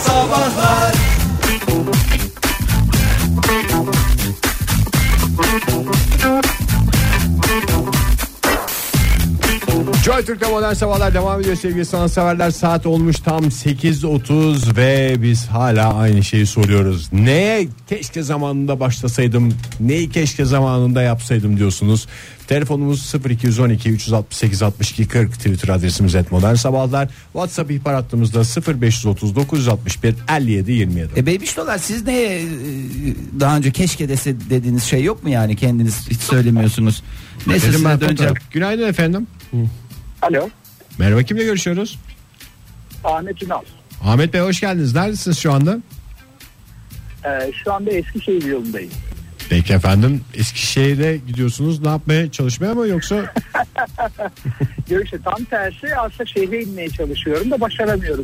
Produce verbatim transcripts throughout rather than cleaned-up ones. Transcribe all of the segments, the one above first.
Sabahlar. Joy Türk'te Modern Sabahlar devam ediyor sevgili sanatseverler. Saat olmuş tam sekiz otuz ve biz hala aynı şeyi soruyoruz. Neye keşke zamanında başlasaydım, neyi keşke zamanında yapsaydım diyorsunuz. Telefonumuz sıfır iki on iki üç altı sekiz altmış iki kırk, Twitter adresimiz et Modern Sabahlar. WhatsApp ihbar hattımızda sıfır beş otuz dokuz altmış bir elli yedi yirmi yedi. E Beymiştolar, siz neye daha önce keşke dese dediğiniz şey yok mu yani, kendiniz hiç söylemiyorsunuz. Neyse, Dedim size ben döneceğim. fotoğraf. Günaydın efendim. Alo. Merhaba, kimle görüşüyoruz? Ahmet Ünal. Ahmet Bey hoş geldiniz. Neredesiniz şu anda? Ee, şu anda Eskişehir yolundayım. Peki efendim, Eskişehir'e gidiyorsunuz, ne yapmaya, çalışmaya mı yoksa? Görüşte tam tersi, aslında şehre inmeye çalışıyorum da başaramıyorum.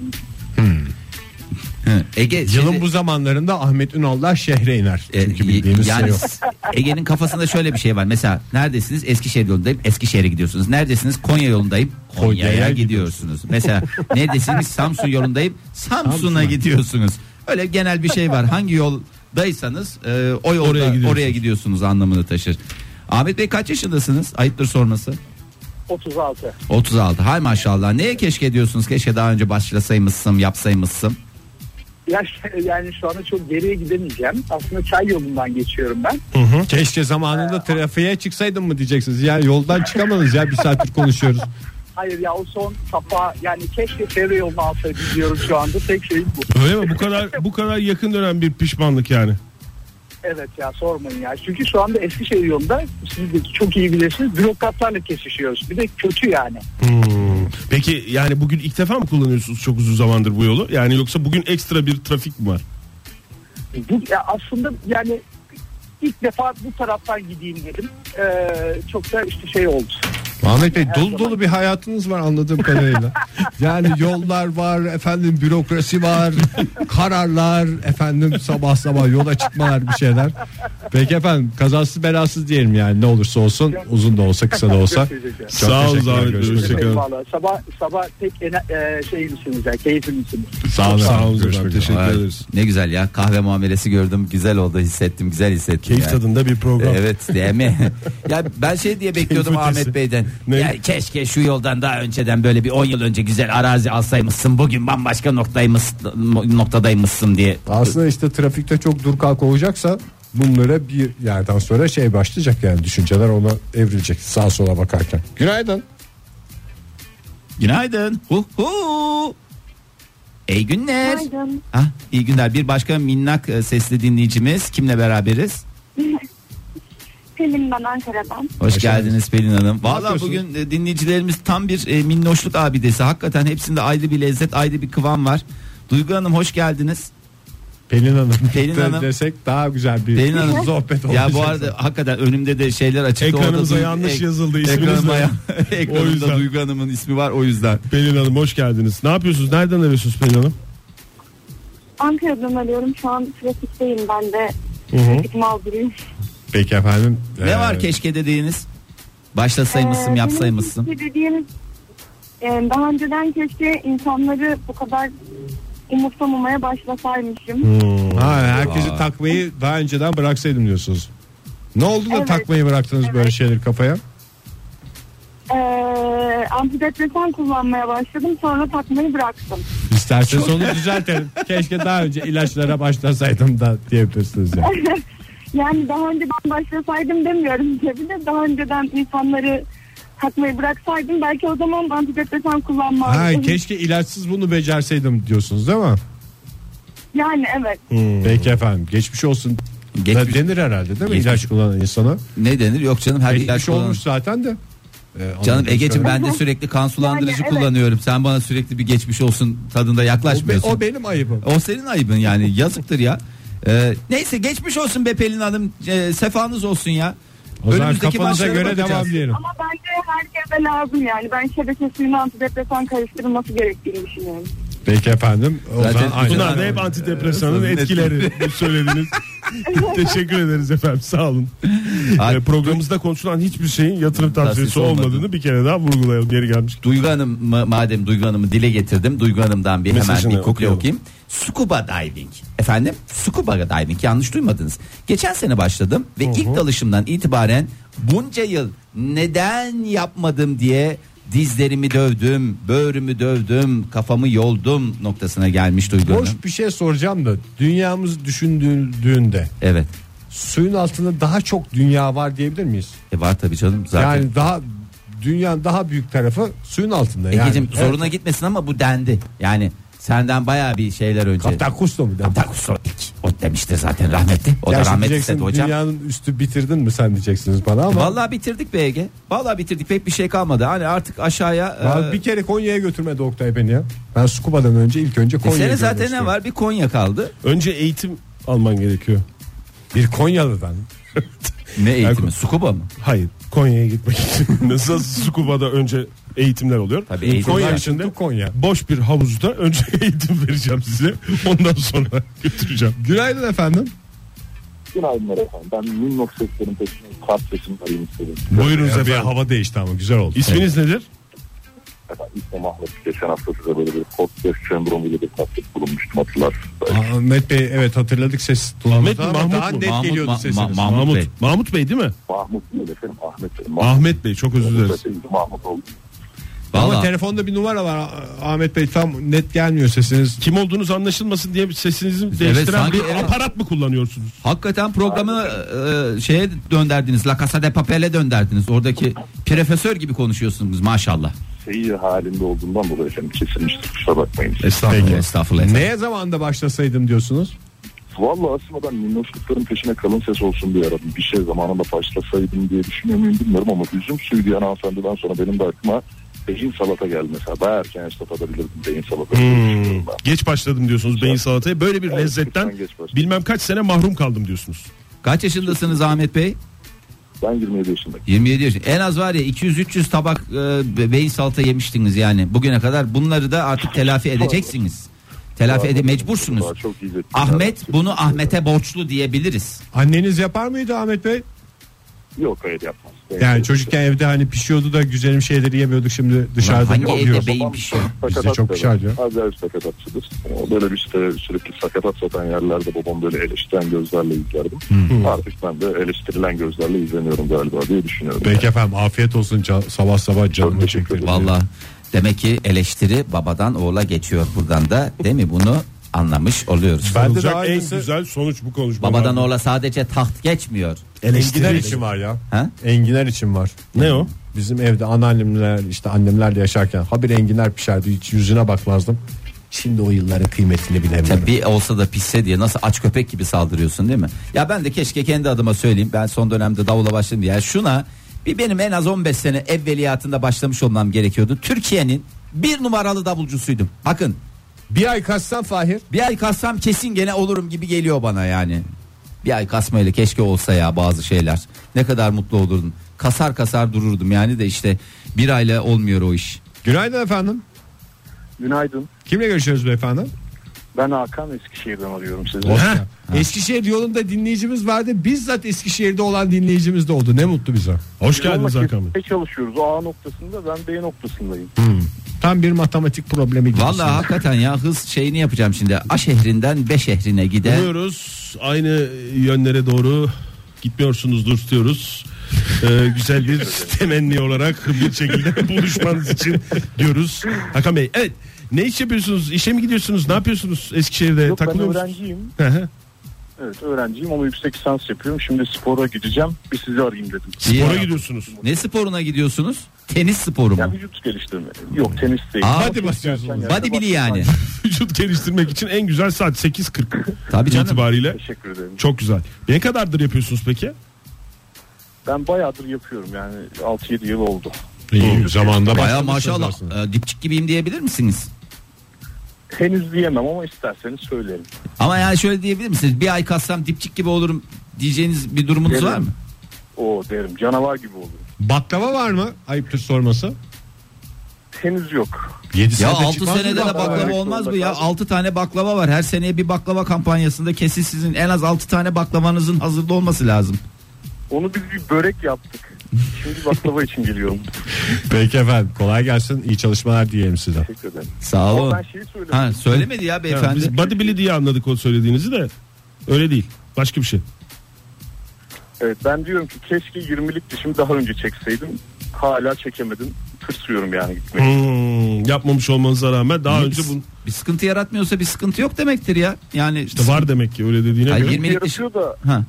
Hı, Ege, Yılın sizi- bu zamanlarında Ahmet Ünal'da şehre iner. Çünkü E, bildiğimiz yani şey yok. Ege'nin kafasında şöyle bir şey var. Mesela neredesiniz? Eskişehir yolundayım. Eskişehir'e gidiyorsunuz. Neredesiniz? Konya yolundayım. Konya'ya Konya'ya gidiyorsunuz. Mesela neredesiniz? Samsun yolundayım. Samsun'a Samsun'a. gidiyorsunuz. Öyle genel bir şey var. Hangi yoldaysanız e, o yolda Oraya oraya gidiyorsunuz. gidiyorsunuz anlamını taşır. Ahmet Bey kaç yaşındasınız? Ayıptır sorması. otuz altı. otuz altı. Hay maşallah. Neye keşke diyorsunuz? Keşke daha önce başlasaymışsın, yapsaymışsın. Ya, yani şu anda çok geriye gidemeyeceğim. Aslında çay yolundan geçiyorum ben. Hı hı. Keşke zamanında trafiğe çıksaydım mı diyeceksiniz. Yani yoldan çıkamadınız ya, bir saattir konuşuyoruz. Hayır ya, o son safa, yani keşke çevre yolunu alsaydım diyorum şu anda. Tek şeyim bu. Öyle mi? Bu kadar bu kadar yakın dönem bir pişmanlık yani. Evet ya, sormayın ya. Çünkü şu anda Eskişehir yolunda, siz de çok iyi bilirsiniz, bürokratlarla kesişiyoruz. Bir de kötü yani. Hmm. Peki yani bugün ilk defa mı kullanıyorsunuz çok uzun zamandır bu yolu? Yani yoksa bugün ekstra bir trafik mi var? Bu, ya aslında yani ilk defa bu taraftan gideyim dedim. Ee, çok da işte şey oldu. Ahmet Bey, Her dolu zaman. dolu bir hayatınız var anladığım kadarıyla. Yani yollar var efendim, bürokrasi var, kararlar efendim, sabah sabah yola çıkmalar, bir şeyler. Peki efendim, kazasız belasız diyelim yani, ne olursa olsun, uzun da olsa kısa da olsa. Çok Sağ olun teşekkürler, Ahmet Bey, görüşmek üzere. hoşçakalın. Eyvallah. Sabah sabah tek ene, e, şey misiniz ya, keyifli misiniz? Sağ olun, Sağ olun, görüşmek üzere. teşekkür Ay, ederiz. ne güzel ya, kahve muamelesi gördüm, güzel oldu, hissettim, güzel hissettim. Keyif yani. tadında bir program. Evet, değil mi? Ya ben şey diye bekliyordum Keyif Ahmet ötesi. Bey'den. Ne? Ya keşke şu yoldan daha önceden, böyle bir on yıl önce güzel arazi alsaymışsın, bugün bambaşka noktaymış, noktadaymışsın diye. Aslında işte trafikte çok dur kalk olacaksa bunlara bir yerden sonra şey başlayacak, yani düşünceler ona evrilecek sağa sola bakarken. Günaydın. Günaydın. Hu hu. İyi günler. Günaydın. Ah, iyi günler. Bir başka minnak e, sesli dinleyicimiz. Kimle beraberiz? Pelin, ben Ankara'dan. Hoş, Hoş geldiniz Pelin Hanım. Valla yapıyorsunuz? bugün e, dinleyicilerimiz tam bir e, minnoşluk abidesi. Hakikaten hepsinde ayrı bir lezzet, ayrı bir kıvam var. Duygu Hanım hoş geldiniz. Pelin Hanım. Pelin de- Hanım. desek daha güzel bir Pelin Hanım. sohbet olacak. Ya bu arada hakikaten önümde de şeyler açıkta. Ekranımıza Orada Duygu- yanlış ek- yazıldı isminiz Ekranıma de. ya- O Ekranımda yüzden. Duygu Hanım'ın ismi var, o yüzden. Pelin Hanım hoş geldiniz. Ne yapıyorsunuz? Nereden arıyorsunuz Pelin Hanım? Ankara'dan arıyorum. Şu an trafikteyim ben de. Hı hı. Trafik mağduruyum. Peki efendim. Ne Ee, var keşke dediğiniz? Başlasaymışsın, Ee, yapsaymışsın. benim dediğim, e, daha önceden keşke insanları bu kadar umursamamaya başlasaymışım. Hmm. Ha, herkesi takmayı daha önceden bıraksaydım diyorsunuz. Ne oldu da Evet. takmayı bıraktınız böyle Evet. şeyleri kafaya? Ee, antidepresan kullanmaya başladım. Sonra takmayı bıraktım. İsterseniz onu düzeltelim. Keşke daha önce ilaçlara başlasaydım da diyebilirsiniz ya. Yani daha önceden başlasaydım demiyorum tabii de, daha önceden insanları takmayı bıraksaydım belki o zaman antidepresan kullanmazdım. Ha, keşke ilaçsız bunu becerseydim diyorsunuz değil mi? Yani evet. Hmm. Peki efendim, geçmiş olsun. Geçmiş- Da denir herhalde değil mi Geçmiş- ilaç kullanan insana? Ne denir? Yok canım, her ilaç Geçmiş kullan- olmuş zaten de. Ee, Canım anladığım Egeciğim, kadarıyla. ben de sürekli kan sulandırıcı Yani evet. kullanıyorum. Sen bana sürekli bir geçmiş olsun tadında o, be- yaklaşmıyorsun. o benim ayıbım. O senin ayıbın yani, yazıktır ya. Ee, neyse, geçmiş olsun be Pelin Hanım. Ee, sefanız olsun ya. O zaman Önümüzdeki kafanıza maçlara göre bakacağız. devam diyelim. Ama bence herkese lazım yani. Ben şebeke suyuna antidepresan karıştırılması gerektiğini düşünüyorum. Peki efendim. O Zaten zaman aynen. Bunlar da hep antidepresanın Evet. etkileri. Bu söylediğiniz. Teşekkür ederiz efendim, sağ olun. Ay, Ee, programımızda konuşulan hiçbir şeyin yatırım tavsiyesi Tavsiyesi olmadığını. olmadığını bir kere daha vurgulayalım, geri gelmiş. Duygu Hanım, madem Duygu Hanım'ı dile getirdim, Duygu Hanım'dan bir hemen Mesajını bir kuple okuyalım. okuyayım. Scuba diving. Efendim? Scuba diving, yanlış duymadınız. Geçen sene başladım ve ilk dalışımdan itibaren bunca yıl neden yapmadım diye dizlerimi dövdüm, böğrümü dövdüm, kafamı yoldum noktasına gelmiş Duygu Hanım. Hoş bir şey soracağım da, dünyamız düşündüğünde Evet. suyun altında daha çok dünya var diyebilir miyiz? E var tabii canım zaten. Yani daha dünyanın daha büyük tarafı suyun altında. Yani Egeciğim, evet. zoruna gitmesin ama bu dendi. Yani senden bayağı bir şeyler önce. Kaptan Kusto mu? Kaptan Kusto ilk. O demiştir zaten, rahmetli. O Ya da şimdi rahmetli diyeceksin, istedi hocam. dünyanın üstü bitirdin mi sen diyeceksiniz bana ama. Vallahi bitirdik be Ege. Vallahi bitirdik, pek bir şey kalmadı. Hani artık aşağıya. Ya e, bir kere Konya'ya götürmedi Oktay beni ya. Ben Scuba'dan önce ilk önce e, Konya'ya sene zaten görmek ne istiyorum. var? Bir Konya kaldı. Önce eğitim alman gerekiyor. Bir Konyalı'dan. Ne eğitimi? Yani- Scuba mı? Hayır, Konya'ya gitmek için. Nasıl Scuba'da önce eğitimler oluyor. Tabii eğitim Konya var. içinde Konya. boş bir havuzda önce eğitim vereceğim size. Ondan sonra götüreceğim. Günaydın efendim. Günaydınlar efendim. Ben Minnox seslerin peşine kart sesini arayayım istedim. Buyurunuz Ya bir efendim. hava değişti ama güzel oldu. İsminiz nedir? Efendim İslam Ahmet, geçen hafta size böyle bir podcast sendromu ile bir katkı bulunmuştum, hatırlarsınız. Ahmet Bey, evet hatırladık ses Ahmet tonumuzu mi, ama Mahmut daha mu? net Mahmut, geliyordu Ma- sesiniz. Ma- Mahmut Mahmut. Bey. Mahmut Bey değil mi? Mahmut değil efendim, Ahmet Bey. Ahmet Bey, çok özür dileriz. Mahmut, Mahmut oldu. Ama Vallahi. telefonda bir numara var Ahmet Bey, tam net gelmiyor sesiniz. Kim olduğunuz anlaşılmasın diye sesinizi değiştiren sanki bir evet. aparat mı kullanıyorsunuz? Hakikaten programı e, şeye dönderdiniz. La Casa de Papel'e dönderdiniz. Oradaki profesör gibi konuşuyorsunuz maşallah. Seyir halinde olduğundan dolayı efendim kesilmiştir, kusura bakmayın. Estağfurullah. Peki. Estağfurullah. Neye zamanda başlasaydım diyorsunuz? Valla aslında ben minnoşlukların peşine kalın ses olsun diye aradım. Bir şey zamanında başlasaydım diye düşünüyor muyum bilmiyorum ama üzüm suyu diyen hanımefendiden sonra benim de aklıma beyin salata geldi mesela. Daha erken yaşta tadabilirdim beyin salata. Hmm. Geç başladım diyorsunuz beyin salataya. Böyle bir Evet, lezzetten lütfen geç başladım. bilmem kaç sene mahrum kaldım diyorsunuz. Kaç yaşındasınız Ahmet Bey? Ben yirmi yedi yaşındayım. yirmi yedi yaşında. En az var ya iki yüz üç yüz tabak e, beyin salata yemiştiniz yani bugüne kadar. Bunları da artık telafi edeceksiniz. Telafi ede mecbursunuz. Daha çok yiyecek. Ahmet bunu Ahmet'e borçlu diyebiliriz. Anneniz yapar mıydı Ahmet Bey? Yok, hayır yapmaz. Yani çocukken evde hani pişiyordu da güzelim şeyleri yemiyorduk, şimdi dışarıda hangi yiyoruz. evde beyin pişiyor? Bizde çok pişer diyor. Acayip sakatatçıdır. O böyle bir işte sürekli sakatat satan yerlerde babam böyle eleştiren gözlerle izlerdim. Artık ben de eleştirilen gözlerle izleniyorum galiba diye düşünüyorum. Peki efendim, afiyet olsun, can- sabah sabah canımı teşekkür çekti. ederim. Valla demek ki eleştiri babadan oğula geçiyor buradan da, değil mi? Bunu anlamış oluyoruz. Ben de Olacak daha en aynısı güzel sonuç bu konuşma. Babadan oğula sadece taht geçmiyor. enginar için var ya. Ha? Enginar için var. Ne o? Bizim evde anneannemler, işte annemlerle yaşarken habire enginar pişerdi, hiç yüzüne bakmazdım. Şimdi o yılların kıymetini bilemiyorum. Tabii olsa da pisse diye nasıl aç köpek gibi saldırıyorsun, değil mi? Ya ben de keşke kendi adıma söyleyeyim. Ben son dönemde davula başladım diye. Yani şuna bir benim en az on beş sene evveliyatında başlamış olmam gerekiyordu. Türkiye'nin bir numaralı davulcusuydum. Bakın, Bir ay kaçsam Fahir. bir ay kassam kesin gene olurum gibi geliyor bana yani. Bir ay kasmayla keşke olsa ya bazı şeyler. Ne kadar mutlu olurdum. Kasar kasar dururdum yani de işte bir ayla olmuyor o iş. Günaydın efendim. Günaydın. Kimle görüşüyoruz beyefendi? Ben Hakan, Eskişehir'den arıyorum sizi. Heh, Eskişehir yolunda dinleyicimiz vardı. Bizzat Eskişehir'de olan dinleyicimiz de oldu. Ne mutlu bize. Hoş geldiniz Hakan Bey. çalışıyoruz. O A noktasında, ben B noktasındayım. Tam bir matematik problemi gibi. Vallahi hakikaten ya, hız şeyini yapacağım şimdi. A şehrinden B şehrine gider. Umuyoruz aynı yönlere doğru gitmiyorsunuzdur diyoruz. Ee, güzel bir temenni olarak bir şekilde buluşmanız için diyoruz. Hakan Bey, evet, ne iş yapıyorsunuz? İşe mi gidiyorsunuz? Ne yapıyorsunuz? Eskişehir'de Yok, ben takılıyor musunuz? öğrenciyim. Hı hı. Evet, öğrenciyim ama yüksek lisans yapıyorum. Şimdi spora gideceğim. Bir sizi arayayım dedim. Spora Ya. gidiyorsunuz. Ne sporuna gidiyorsunuz? Tenis sporu mu? Ya vücut geliştirme. Yok, tenis değil. Aa, Hadi başlıyorsunuz. Bodybuilding yani. Vücut geliştirmek için en güzel saat sekiz kırk Tabii canım. itibariyle. Teşekkür ederim. Çok güzel. Ne kadardır yapıyorsunuz peki? Ben bayağıdır yapıyorum yani altı yedi yıl oldu. İyi, zamanında Baya başlamışsınız maşallah aslında. e, dipçik gibiyim diyebilir misiniz? Henüz diyemem ama isterseniz söylerim. Ama yani şöyle diyebilir misiniz? Bir ay kassam dipçik gibi olurum diyeceğiniz bir durumunuz Derim. var mı? O derim, canavar gibi olurum. Baklava var mı? Ayıptır sorması. henüz yok. yedi Ya senede altı çıkmaz mı senede de baklava? baklava Evet, olmaz mı ya? kaldım. altı tane baklava var. Her seneye bir baklava kampanyasında kesin sizin en az altı tane baklavanızın hazırda olması lazım. Onu biz bir börek yaptık. Şimdi baklava için geliyorum. Peki efendim, kolay gelsin, iyi çalışmalar diyelim size. Teşekkür ederim. Sağ Ama olun. ben şeyi söyledim. Ha, söylemedi ya Yani beyefendi. biz bodybuildy diye anladık o söylediğinizi de. Öyle değil. Başka bir şey. Evet, ben diyorum ki keşke yirmilik dişimi daha önce çekseydim. Hala çekemedim. Tırsıyorum yani gitmek. Hmm, yapmamış olmanıza rağmen daha Niye önce bir, bunu bir sıkıntı yaratmıyorsa bir sıkıntı yok demektir ya. Yani işte var demek ki öyle dediğine Hayır, göre. yirmi- yirmilik diş- Yaratıyor da ha.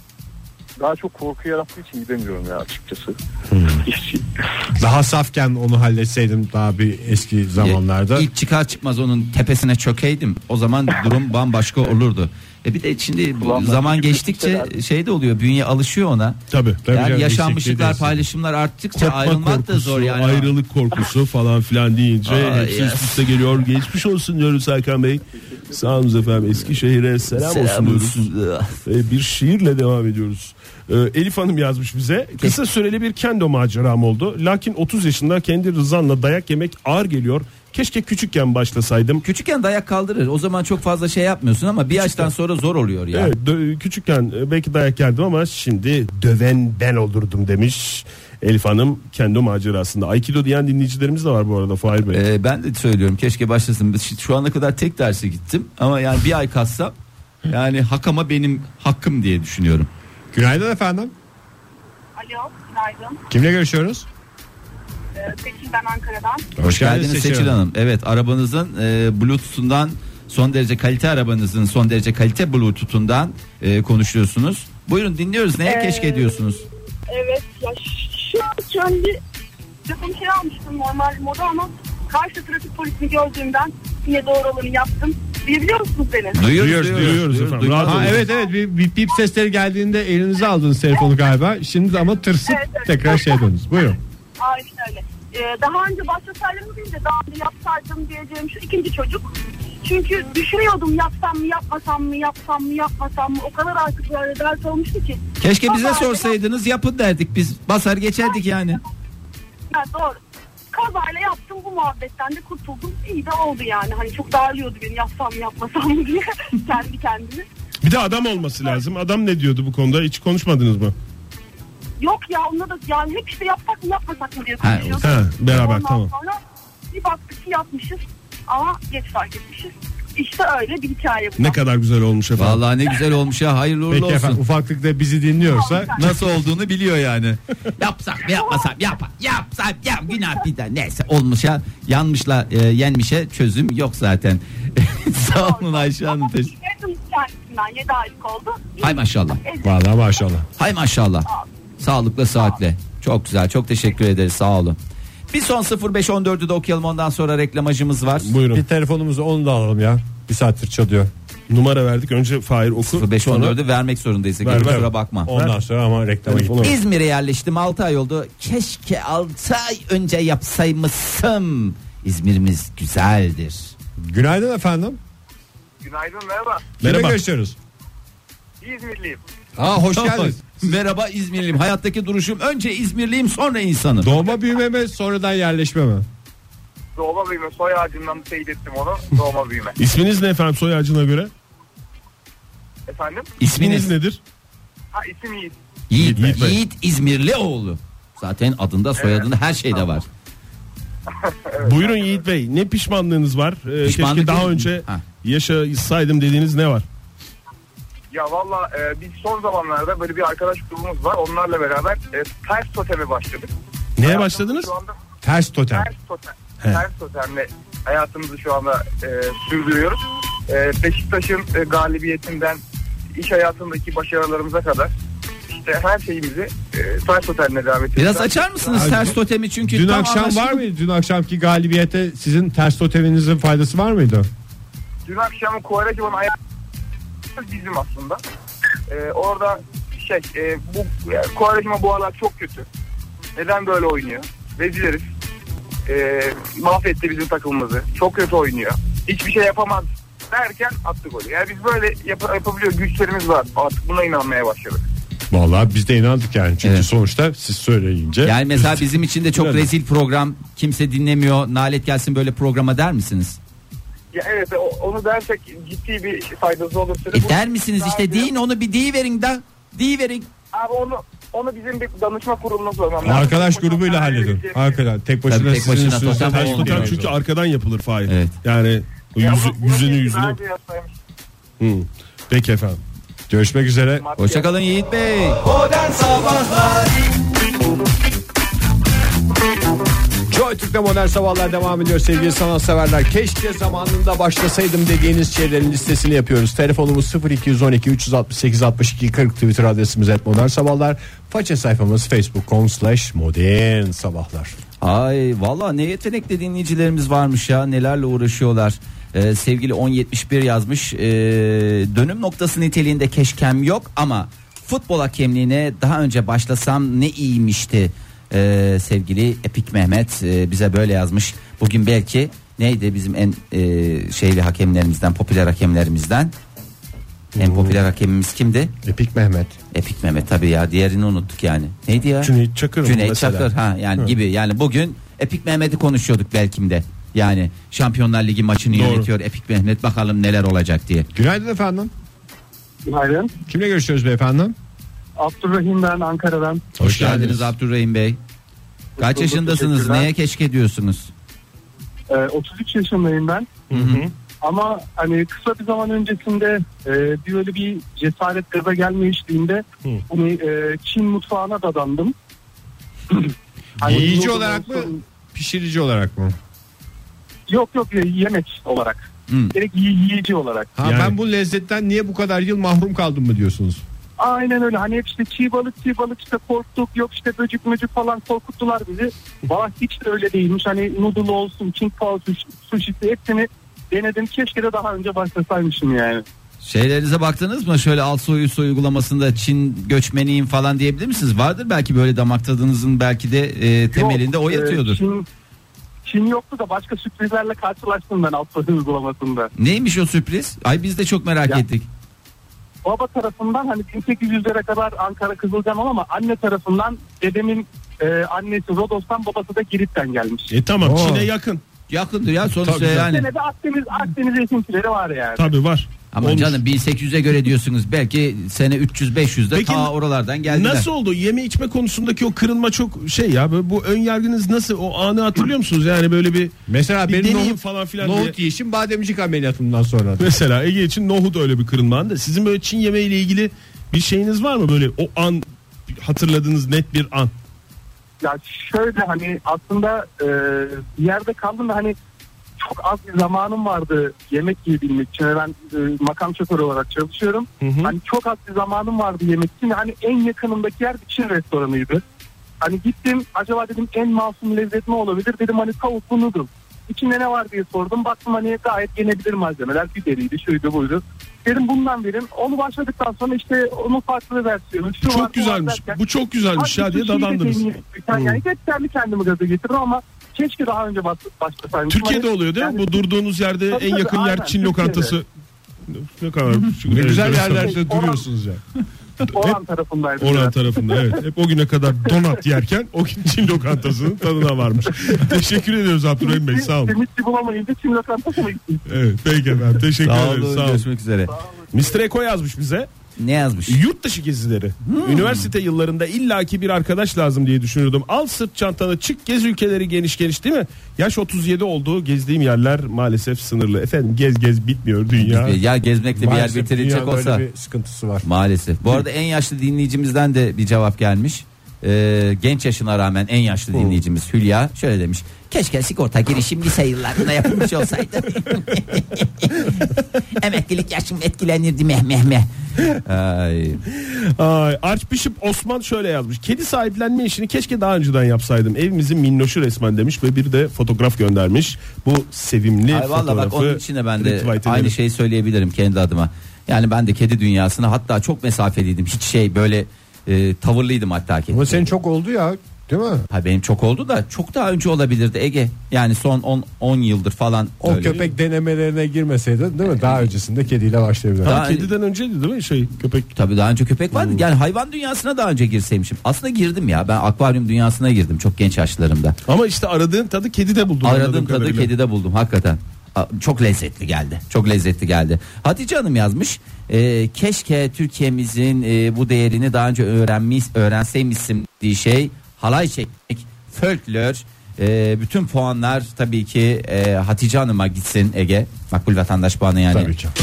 daha çok korku yarattığı için gidemiyorum ya açıkçası. İşçi. Daha safken onu halletseydim daha bir eski zamanlarda. İlk çıkar çıkmaz onun tepesine çökeydim. O zaman durum bambaşka olurdu. E bir de şimdi bu Ulan ben zaman küçük geçtikçe küçük şey de oluyor. Bünye alışıyor ona. Tabii. tabii Yani canım, yaşanmışlıklar, değilsin. paylaşımlar arttıkça Kopma ayrılmak da korkusu, zor yani. ayrılık korkusu falan filan deyince Aa, hepsi yes. üst üste geliyor. Geçmiş olsun diyoruz Hakan Bey. Sağ olun efendim. Eskişehir'e selam, Selam olsun diyoruz. olsun. Ee, bir şiirle devam ediyoruz. Ee, Elif Hanım yazmış bize. Kısa süreli bir kendo maceram oldu. Lakin otuz yaşında kendi rızanla dayak yemek ağır geliyor. Keşke küçükken başlasaydım. Küçükken dayak kaldırır. O zaman çok fazla şey yapmıyorsun ama bir yaştan sonra zor oluyor ya. Evet, dö- küçükken e, belki dayak yerdim ama şimdi döven ben olurdum demiş Elif Hanım kendi macerasında. Aikido diyen dinleyicilerimiz de var bu arada Fahir Bey. Ee, ben de söylüyorum keşke başlasın. Şu ana kadar tek derse gittim ama yani bir ay kalsam yani hakama benim hakkım diye düşünüyorum. Günaydın efendim. Alo, günaydın. Kimle görüşüyoruz? Ee, Seçil ben Ankara'dan. Hoş Geldiniz Seçil Seçil Hanım. Hanım. Evet, arabanızın e, Bluetooth'undan son derece kalite arabanızın son derece kalite Bluetooth'undan e, konuşuyorsunuz. Buyurun dinliyoruz. Neye Ee, keşke ediyorsunuz? Evet ya şu an kendi telefonu şey almıştım normal moda ama karşı trafik polisini gördüğümden yine doğru olanı yaptım. Duyabiliyor musunuz beni? Duyuyoruz, duyuyoruz efendim. Rahat Ha, olun. evet evet bir, bir pip sesleri geldiğinde elinize aldınız telefonu galiba. Şimdi ama tırsıp Evet, evet. tekrar şey dönünüz. Buyurun. Aynen öyle. Ee, daha önce başlasaydım değil de daha önce yapsaydım diyeceğim şu ikinci çocuk. Çünkü düşünüyordum yapsam mı yapmasam mı yapsam mı yapmasam mı o kadar artık böyle ders olmuştu ki. Keşke bize Kazayla- sorsaydınız yapın derdik biz. Basar geçerdik yani. Ha, doğru. Kazayla yaptım bu muhabbetten de kurtuldum. İyi de oldu yani. Hani çok darlıyordu beni yapsam mı yapmasam mı diye kendi kendimi. Bir de adam olması lazım. Adam ne diyordu bu konuda? Hiç konuşmadınız mı? Yok ya onunla da yani hep işte yapsak mı yapmasak mı diye Ha, konuşuyorduk. ha, beraber, Ondan tamam. sonra bir baktık ki yapmışız ama geç fark etmişiz. İşte öyle bir hikaye bu. Ne kadar güzel olmuş efendim. Vallahi ne güzel olmuş ya. Hayırlı uğurlu Peki olsun. efendim, ufaklıkta bizi dinliyorsa Nasıl olduğunu biliyor yani. Yapsam mı yapmasam yap yapsam yap günah bir de neyse olmuş ya yanmışla e, yenmişe çözüm yok zaten. Sağ olun Ayşe Hanım. Teş- Memnunum kendisinden yedi aylık oldu. Hay maşallah. vallahi maşallah. Hay maşallah. Sağlıkla saatle. Çok güzel. Çok teşekkür ederiz. Sağ olun. Bir son sıfır beş on dördü de okuyalım ondan sonra reklamajımız var. Buyurun. Bir telefonumuzu onu da alalım ya. Bir saattir çalıyor. Numara verdik. Önce Fahir oku. sıfır beş on dördü vermek zorundayız. Ver, ver. Kusura bakma. Ondan sonra ama reklama Telefonu gittik. ver. İzmir'e yerleştim altı ay oldu. Keşke altı ay önce yapsaymışım. İzmir'imiz güzeldir. Günaydın efendim. Günaydın, merhaba. Kimle Merhaba. görüşüyoruz? İzmirliyim. Aa, hoş geldiniz. Merhaba İzmirliyim. Hayattaki duruşum önce İzmirliyim sonra insanım. Doğma büyüme mi sonradan yerleşme mi? Doğma büyüme, soy ağacından teyit ettim onu. Doğma büyüme. İsminiz ne efendim soy ağacına göre? Efendim? İsminiz İsminiz nedir? Ha, isim Yiğit. Yiğit, Yiğit Bey. Yiğit İzmirli oğlu. Zaten adında soyadında her şeyde var. Buyurun Yiğit Bey. Ne pişmanlığınız var? Ee, Pişmanlık keşke daha değil mi? önce Ha. yaşasaydım dediğiniz ne var? Ya valla e, biz son zamanlarda böyle bir arkadaş grubumuz var. Onlarla beraber e, ters toteme başladık. Neye Hayatımızı başladınız? Şu anda Ters totem. ters totem. Ters totemle hayatımızı şu anda e, sürdürüyoruz. E, Beşiktaş'ın e, galibiyetinden iş hayatındaki başarılarımıza kadar işte her şeyimizi e, ters totemle devam ediyoruz. Biraz açar mısınız Abi, ters totemi çünkü Dün tam akşam anlaşıldı. var mıydı? Dün akşamki galibiyete sizin ters toteminizin faydası var mıydı? Dün akşamın Kovarejman'ın hayatı bizim aslında. E, orada şey e, bu yani Kovarejman bu aralar çok kötü. Neden böyle oynuyor? Rezil herif. E, mahvetti bizim takımımızı. Çok kötü oynuyor. Hiçbir şey yapamaz derken attı golü. Yani biz böyle yap- yapabiliyor güçlerimiz var. Artık buna inanmaya başladık. Vallahi biz de inandık yani çünkü Evet. sonuçta siz söyleyince. Yani mesela bizim için de çok Evet. rezil program, kimse dinlemiyor, nalet gelsin böyle programa der misiniz? Ya evet o- onu dersek ciddi bir faydası olur. E der misiniz işte, deyin onu, bir deyiverin da deyiverin. Abi onu onu bizim bir danışma kuruluna sormam lazım. Arkadaş grubuyla halledin. Hakikaten tek başına Tabii tek sizin başına üstünüze totem değil Ters olmuyor. tutan diyor. çünkü arkadan yapılır Fahir. Evet. Yani o Ya yüzü, bu- bu yüzünü şey yüzünü. daha önce yapsaymış. Hı. Peki efendim. Görüşmek üzere. Hoşçakalın Yiğit Bey. Joy Türk'te modern sabahlar devam ediyor sevgili sanatseverler. Keşke zamanında başlasaydım dediğiniz şeylerin listesini yapıyoruz. Telefonumuz sıfır iki on iki üç altı sekiz altmış iki kırk, Twitter adresimiz et modern sabahlar. Faça sayfamız facebook nokta com slash modern sabahlar. Ay valla ne yetenekli dinleyicilerimiz varmış ya, nelerle uğraşıyorlar. Ee, sevgili on yetmiş bir yazmış, ee, dönüm noktası niteliğinde keşkem yok ama futbol hakemliğine daha önce başlasam ne iyiymişti. Ee, sevgili Epik Mehmet ee, bize böyle yazmış. Bugün belki neydi bizim en ee, şeyli hakemlerimizden, popüler hakemlerimizden en popüler hakemimiz kimdi? Epik Mehmet. Epik Mehmet tabii ya, diğerini unuttuk yani. Neydi ya? Cüneyt Çakır mı Cüneyt mesela? Çakır ha yani Hı. gibi, yani bugün Epik Mehmet'i konuşuyorduk belki de. Yani Şampiyonlar Ligi maçını Doğru. yönetiyor Epik Mehmet, bakalım neler olacak diye. Günaydın efendim. Günaydın. Kimle görüşüyoruz beyefendi? Abdurrahim ben Ankara'dan. Hoş, Hoş geldiniz, geldiniz. Abdurrahim Bey. Kaç bulduk, yaşındasınız? teşekkürler. Neye keşke diyorsunuz? Ee, otuz üç yaşındayım ben. Hı hı. Ama hani kısa bir zaman öncesinde e, bir böyle bir cesaret gaza gelme işliğinde Hı. hani, e, Çin mutfağına dadandım. Hani Yiyici noodle olarak mı? olsun- Pişirici olarak mı? Yok yok ya, yemek olarak. Hı. Direkt yi- yiyici olarak. Ha Yani- ben bu lezzetten niye bu kadar yıl mahrum kaldım mı diyorsunuz? Aynen öyle. Hani hep işte çiğ balık çiğ balık işte korktuk, yok işte böcük möcük falan korkuttular bizi. Valla hiç de öyle değilmiş. Hani noodle olsun, Çin pao sushisi hepsini denedim. Keşke de daha önce başlasaymışım yani. Şeylerinize baktınız mı? Şöyle alt soy üst soy uygulamasında Çin göçmeniyim falan diyebilir misiniz? Vardır belki böyle damak tadınızın belki de e, temelinde Yok, o yatıyordur. e, Çin, Çin yoktu da başka sürprizlerle karşılaştım ben alt soy uygulamasında. Neymiş o sürpriz? Ay biz de çok merak Ya. ettik. Baba tarafından hani bin sekiz yüzlere kadar Ankara Kızılcam ama anne tarafından dedemin e, annesi Rodos'tan, babası da Girit'ten gelmiş. E tamam, Oo. Çin'e yakın. Yakındır ya sonuçta Tabii canım. yani. Gene de Akdeniz, Akdeniz esintileri var yani. Tabii var. Ama Olmuş. canım bin sekiz yüze göre diyorsunuz, belki sene üç yüz beş yüzde Peki, ta oralardan geldiler. Nasıl oldu? Yeme içme konusundaki o kırılma çok şey ya. Böyle bu ön yargınız nasıl? O anı hatırlıyor musunuz? Yani böyle bir Mesela bir benim deneyim nohut, falan filan diye. nohut yiyişim bademcik ameliyatımdan sonra. Mesela Ege için nohut öyle bir kırılma anı da. Sizin böyle Çin yemeğiyle ilgili bir şeyiniz var mı? Böyle o an hatırladığınız net bir an. Ya şöyle hani aslında e, bir yerde kaldım da hani çok az bir zamanım vardı yemek yiyebilmek için. Ben e, makam şoförü olarak çalışıyorum. Hı hı. Hani çok az bir zamanım vardı yemek için. Hani en yakınımdaki yer bir Çin restoranıydı. Hani gittim, acaba dedim en masum lezzet ne olabilir? Dedim hani tavuklu noodle. İçinde ne var diye sordum. Baktım hani gayet yenebilir malzemeler. Biberiydi, şuydu buydu. Dedim bundan verin. Onu başladıktan sonra işte onun farklı versiyonu. Şu Bu var, çok bu var güzelmiş. derken- Bu çok güzelmiş ya diye Sushi'yi de dadandınız. deneyeyim. Yani hep kendi kendimi gaza getirdim ama keşke daha önce baş- başlasaymışım. Türkiye'de Hani oluyor değil mi? yani- Bu durduğunuz yerde Tabii, en tabii, yakın yer aynen, Çin Türkiye'de. lokantası. Ne kadar Ne güzel enteresan. yerlerde duruyorsunuz ya. Oran tarafındaydı. Oran biraz. tarafında evet. Hep o güne kadar donat yerken o gün Çin lokantasının tadına varmış. Teşekkür ediyoruz Abdurrahim Bey, sağ olun. Simitçi bulamayınca Çin lokantasına gittim. Evet, peki efendim, teşekkür Sağ ederiz. olun, Sağ olun. görüşmek üzere. mister Eko yazmış bize. Ne yazmış? Yurt dışı gezileri. Üniversite yıllarında illaki bir arkadaş lazım diye düşünürdüm. Al sırt çantanı, çık gez ülkeleri geniş geniş, değil mi? Yaş otuz yedi oldu. Gezdiğim yerler maalesef sınırlı. Efendim gez gez bitmiyor dünya. Ya gezmekle bir yer Maalesef bitirilecek dünyada olsa. öyle bir sıkıntısı var. Maalesef. Bu arada en yaşlı dinleyicimizden de bir cevap gelmiş. Ee, genç yaşına rağmen en yaşlı dinleyicimiz Hülya şöyle demiş: keşke sigorta girişim lise yıllarında yapılmış olsaydı. Emeklilik yaşım etkilenirdi meh meh meh. Ay. Ay, Archbishop Osman şöyle yazmış: kedi sahiplenme işini keşke daha önceden yapsaydım. Evimizin minnoşu resmen demiş ve bir de fotoğraf göndermiş. Bu sevimli Ay vallahi bak, fotoğrafı onun için de ben de retweet aynı edelim. şeyi söyleyebilirim kendi adıma. Yani ben de kedi dünyasına hatta çok mesafeliydim. Hiç şey böyle e, tavırlıydım hatta kedi. Ama senin çok oldu ya. Değil mi? Ha benim çok oldu da çok daha önce olabilirdi Ege. Yani son on yıldır falan. O öyle. köpek denemelerine girmeseydin değil mi? Daha öncesinde kediyle başlayabilirdin. Daha- Kediden önceydi değil mi şey köpek? Tabii daha önce köpek vardı. Hmm. Yani hayvan dünyasına daha önce girseymişim. Aslında girdim ya. Ben akvaryum dünyasına girdim çok genç yaşlarımda. Ama işte aradığın tadı kedide buldun. Aradığım anladığım tadı kadarıyla. kedide buldum hakikaten. A- Çok lezzetli geldi. Çok lezzetli geldi. Hatice Hanım yazmış. E, keşke Türkiye'mizin e, bu değerini daha önce öğrenmiş, öğrenseymişim diye şey halay çekmek, folklor. E, bütün puanlar tabii ki e, Hatice Hanım'a gitsin Ege. Makbul vatandaş puanı yani. Tabii ki.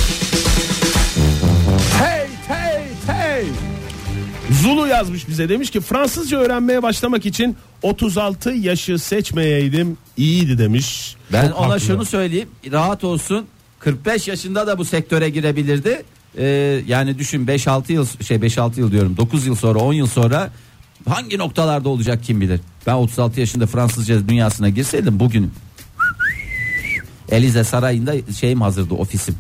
Hey hey hey. Zulu yazmış bize, demiş ki Fransızca öğrenmeye başlamak için otuz altı yaşı seçmeyeydim iyiydi demiş. Ben Çok ona haklı. şunu söyleyeyim, rahat olsun. kırk beş yaşında da bu sektöre girebilirdi. Ee, yani düşün beş altı yıl şey beş altı yıl diyorum. dokuz yıl sonra, on yıl sonra hangi noktalarda olacak kim bilir. Ben otuz altı yaşında Fransızca dünyasına girseydim bugün Elize Sarayı'nda şeyim hazırdı, ofisim.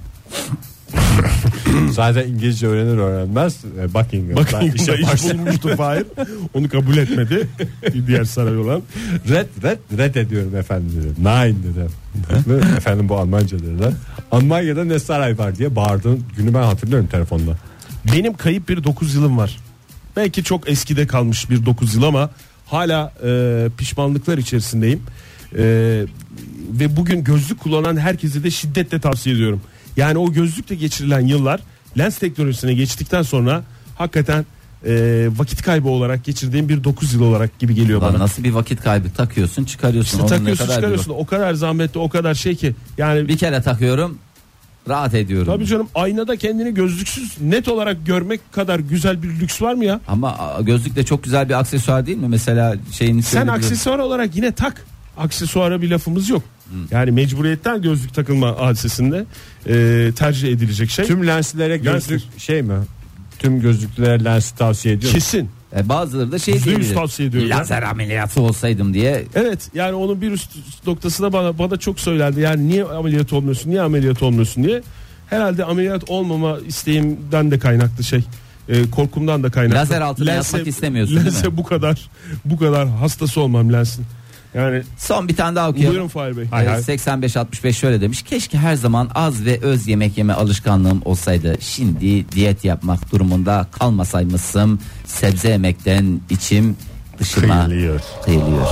Zaten İngilizce öğrenir öğrenmez e, Buckingham'da Bakın işe iş başladı. bulmuştu Fahir. Onu kabul etmedi. Bir diğer saray olan. Red red red ediyorum efendim dedi. Nine dedi. Efendim bu Almanca dediler. Almanya'da ne saray var diye bağırdığın günü ben hatırlıyorum telefonda. Benim kayıp bir dokuz yılım var. Belki çok eskide kalmış bir dokuz yıl ama hala e, pişmanlıklar içerisindeyim. E, ve bugün gözlük kullanan herkese de şiddetle tavsiye ediyorum. Yani o gözlükle geçirilen yıllar lens teknolojisine geçtikten sonra hakikaten e, vakit kaybı olarak geçirdiğim bir dokuz yıl olarak gibi geliyor Lan bana. nasıl bir vakit kaybı, takıyorsun çıkarıyorsun. İşte Onun ne takıyorsun kadar çıkarıyorsun, o kadar zahmetli, o kadar şey ki yani. bir, bir kere takıyorum rahat ediyorum. Tabii canım, aynada kendini gözlüksüz net olarak görmek kadar güzel bir lüks var mı ya? Ama a, gözlük de çok güzel bir aksesuar değil mi? Mesela şeyin Sen aksesuar olarak yine tak. Aksesuara bir lafımız yok. Yani mecburiyetten gözlük takılma hadisesinde e, tercih edilecek şey. Tüm lenslere gözlük şey mi? Tüm gözlüklere lensi tavsiye ediyor musun? Kesin. E, bazıları da şey Yüzde yüz diyebilir. tavsiye ediyorum ya. Lazer ameliyatı olsaydım diye. Evet, yani onun bir üst noktası da bana bana çok söylendi. Yani niye ameliyat olmuyorsun? Niye ameliyat olmuyorsun diye. Herhalde ameliyat olmama isteğimden de kaynaklı şey. E, korkumdan da kaynaklı. Lazer altına yatmak istemiyorsun, değil mi? Lense bu kadar bu kadar hastası olmam lensin. Yani Son bir tane daha okuyalım. buyurun Fahir Bey. Ee, seksen beş altmış beş şöyle demiş. Keşke her zaman az ve öz yemek yeme alışkanlığım olsaydı. Şimdi diyet yapmak durumunda kalmasaymışım. Sebze yemekten içim dışıma Kıyılıyor. kıyılıyor.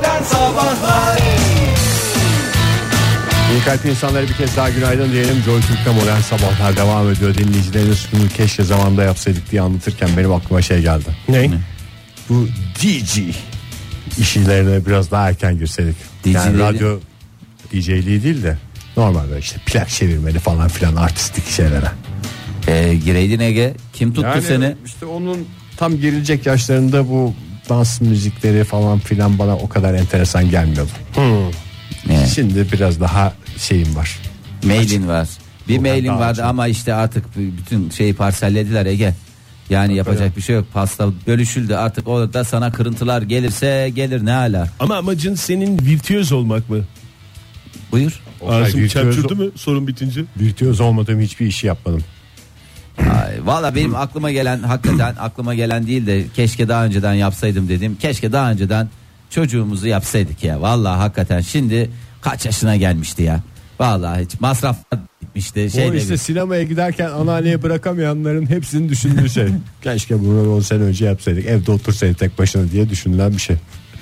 İyi kalpli insanlara bir kez daha günaydın diyelim. Joy Türk'te modern sabahlar devam ediyor. Dinleyicileriniz bunu keşke zamanda yapsaydık diye anlatırken benim aklıma şey geldi. Ne? Bu D J işlerine biraz daha erken girseydik. D J'leri Yani radyo D J'liği değil de normal böyle işte plak çevirmeli falan filan artistik şeylere. Ee, gireydin Ege. Kim tuttu Yani seni? işte onun tam girilecek yaşlarında bu dans müzikleri falan filan bana o kadar enteresan gelmiyordu. Ne? Şimdi biraz daha şeyim var. Mailin var. Bir O mailin kadar vardı açık. ama işte artık bütün şeyi parsellediler Ege. Yani yapacak bir şey yok. Pasta bölüşüldü artık, orada sana kırıntılar gelirse gelir, ne ala. Ama amacın senin virtüöz olmak mı? Buyur. Ağzım virtüöz- çemçürdü mü sorun bitince? Virtüöz olmadığım hiçbir işi yapmadım. Ay, valla benim aklıma gelen, hakikaten aklıma gelen değil de keşke daha önceden yapsaydım dedim. Keşke daha önceden çocuğumuzu yapsaydık ya. Valla hakikaten şimdi kaç yaşına gelmişti ya. Valla hiç masraf bitmişti. Şey o de işte bir- sinemaya giderken anneanneye bırakamayanların hepsinin düşündüğü şey. Keşke bunu on sene önce yapsaydık. Evde otursaydı tek başına diye düşünülen bir şey.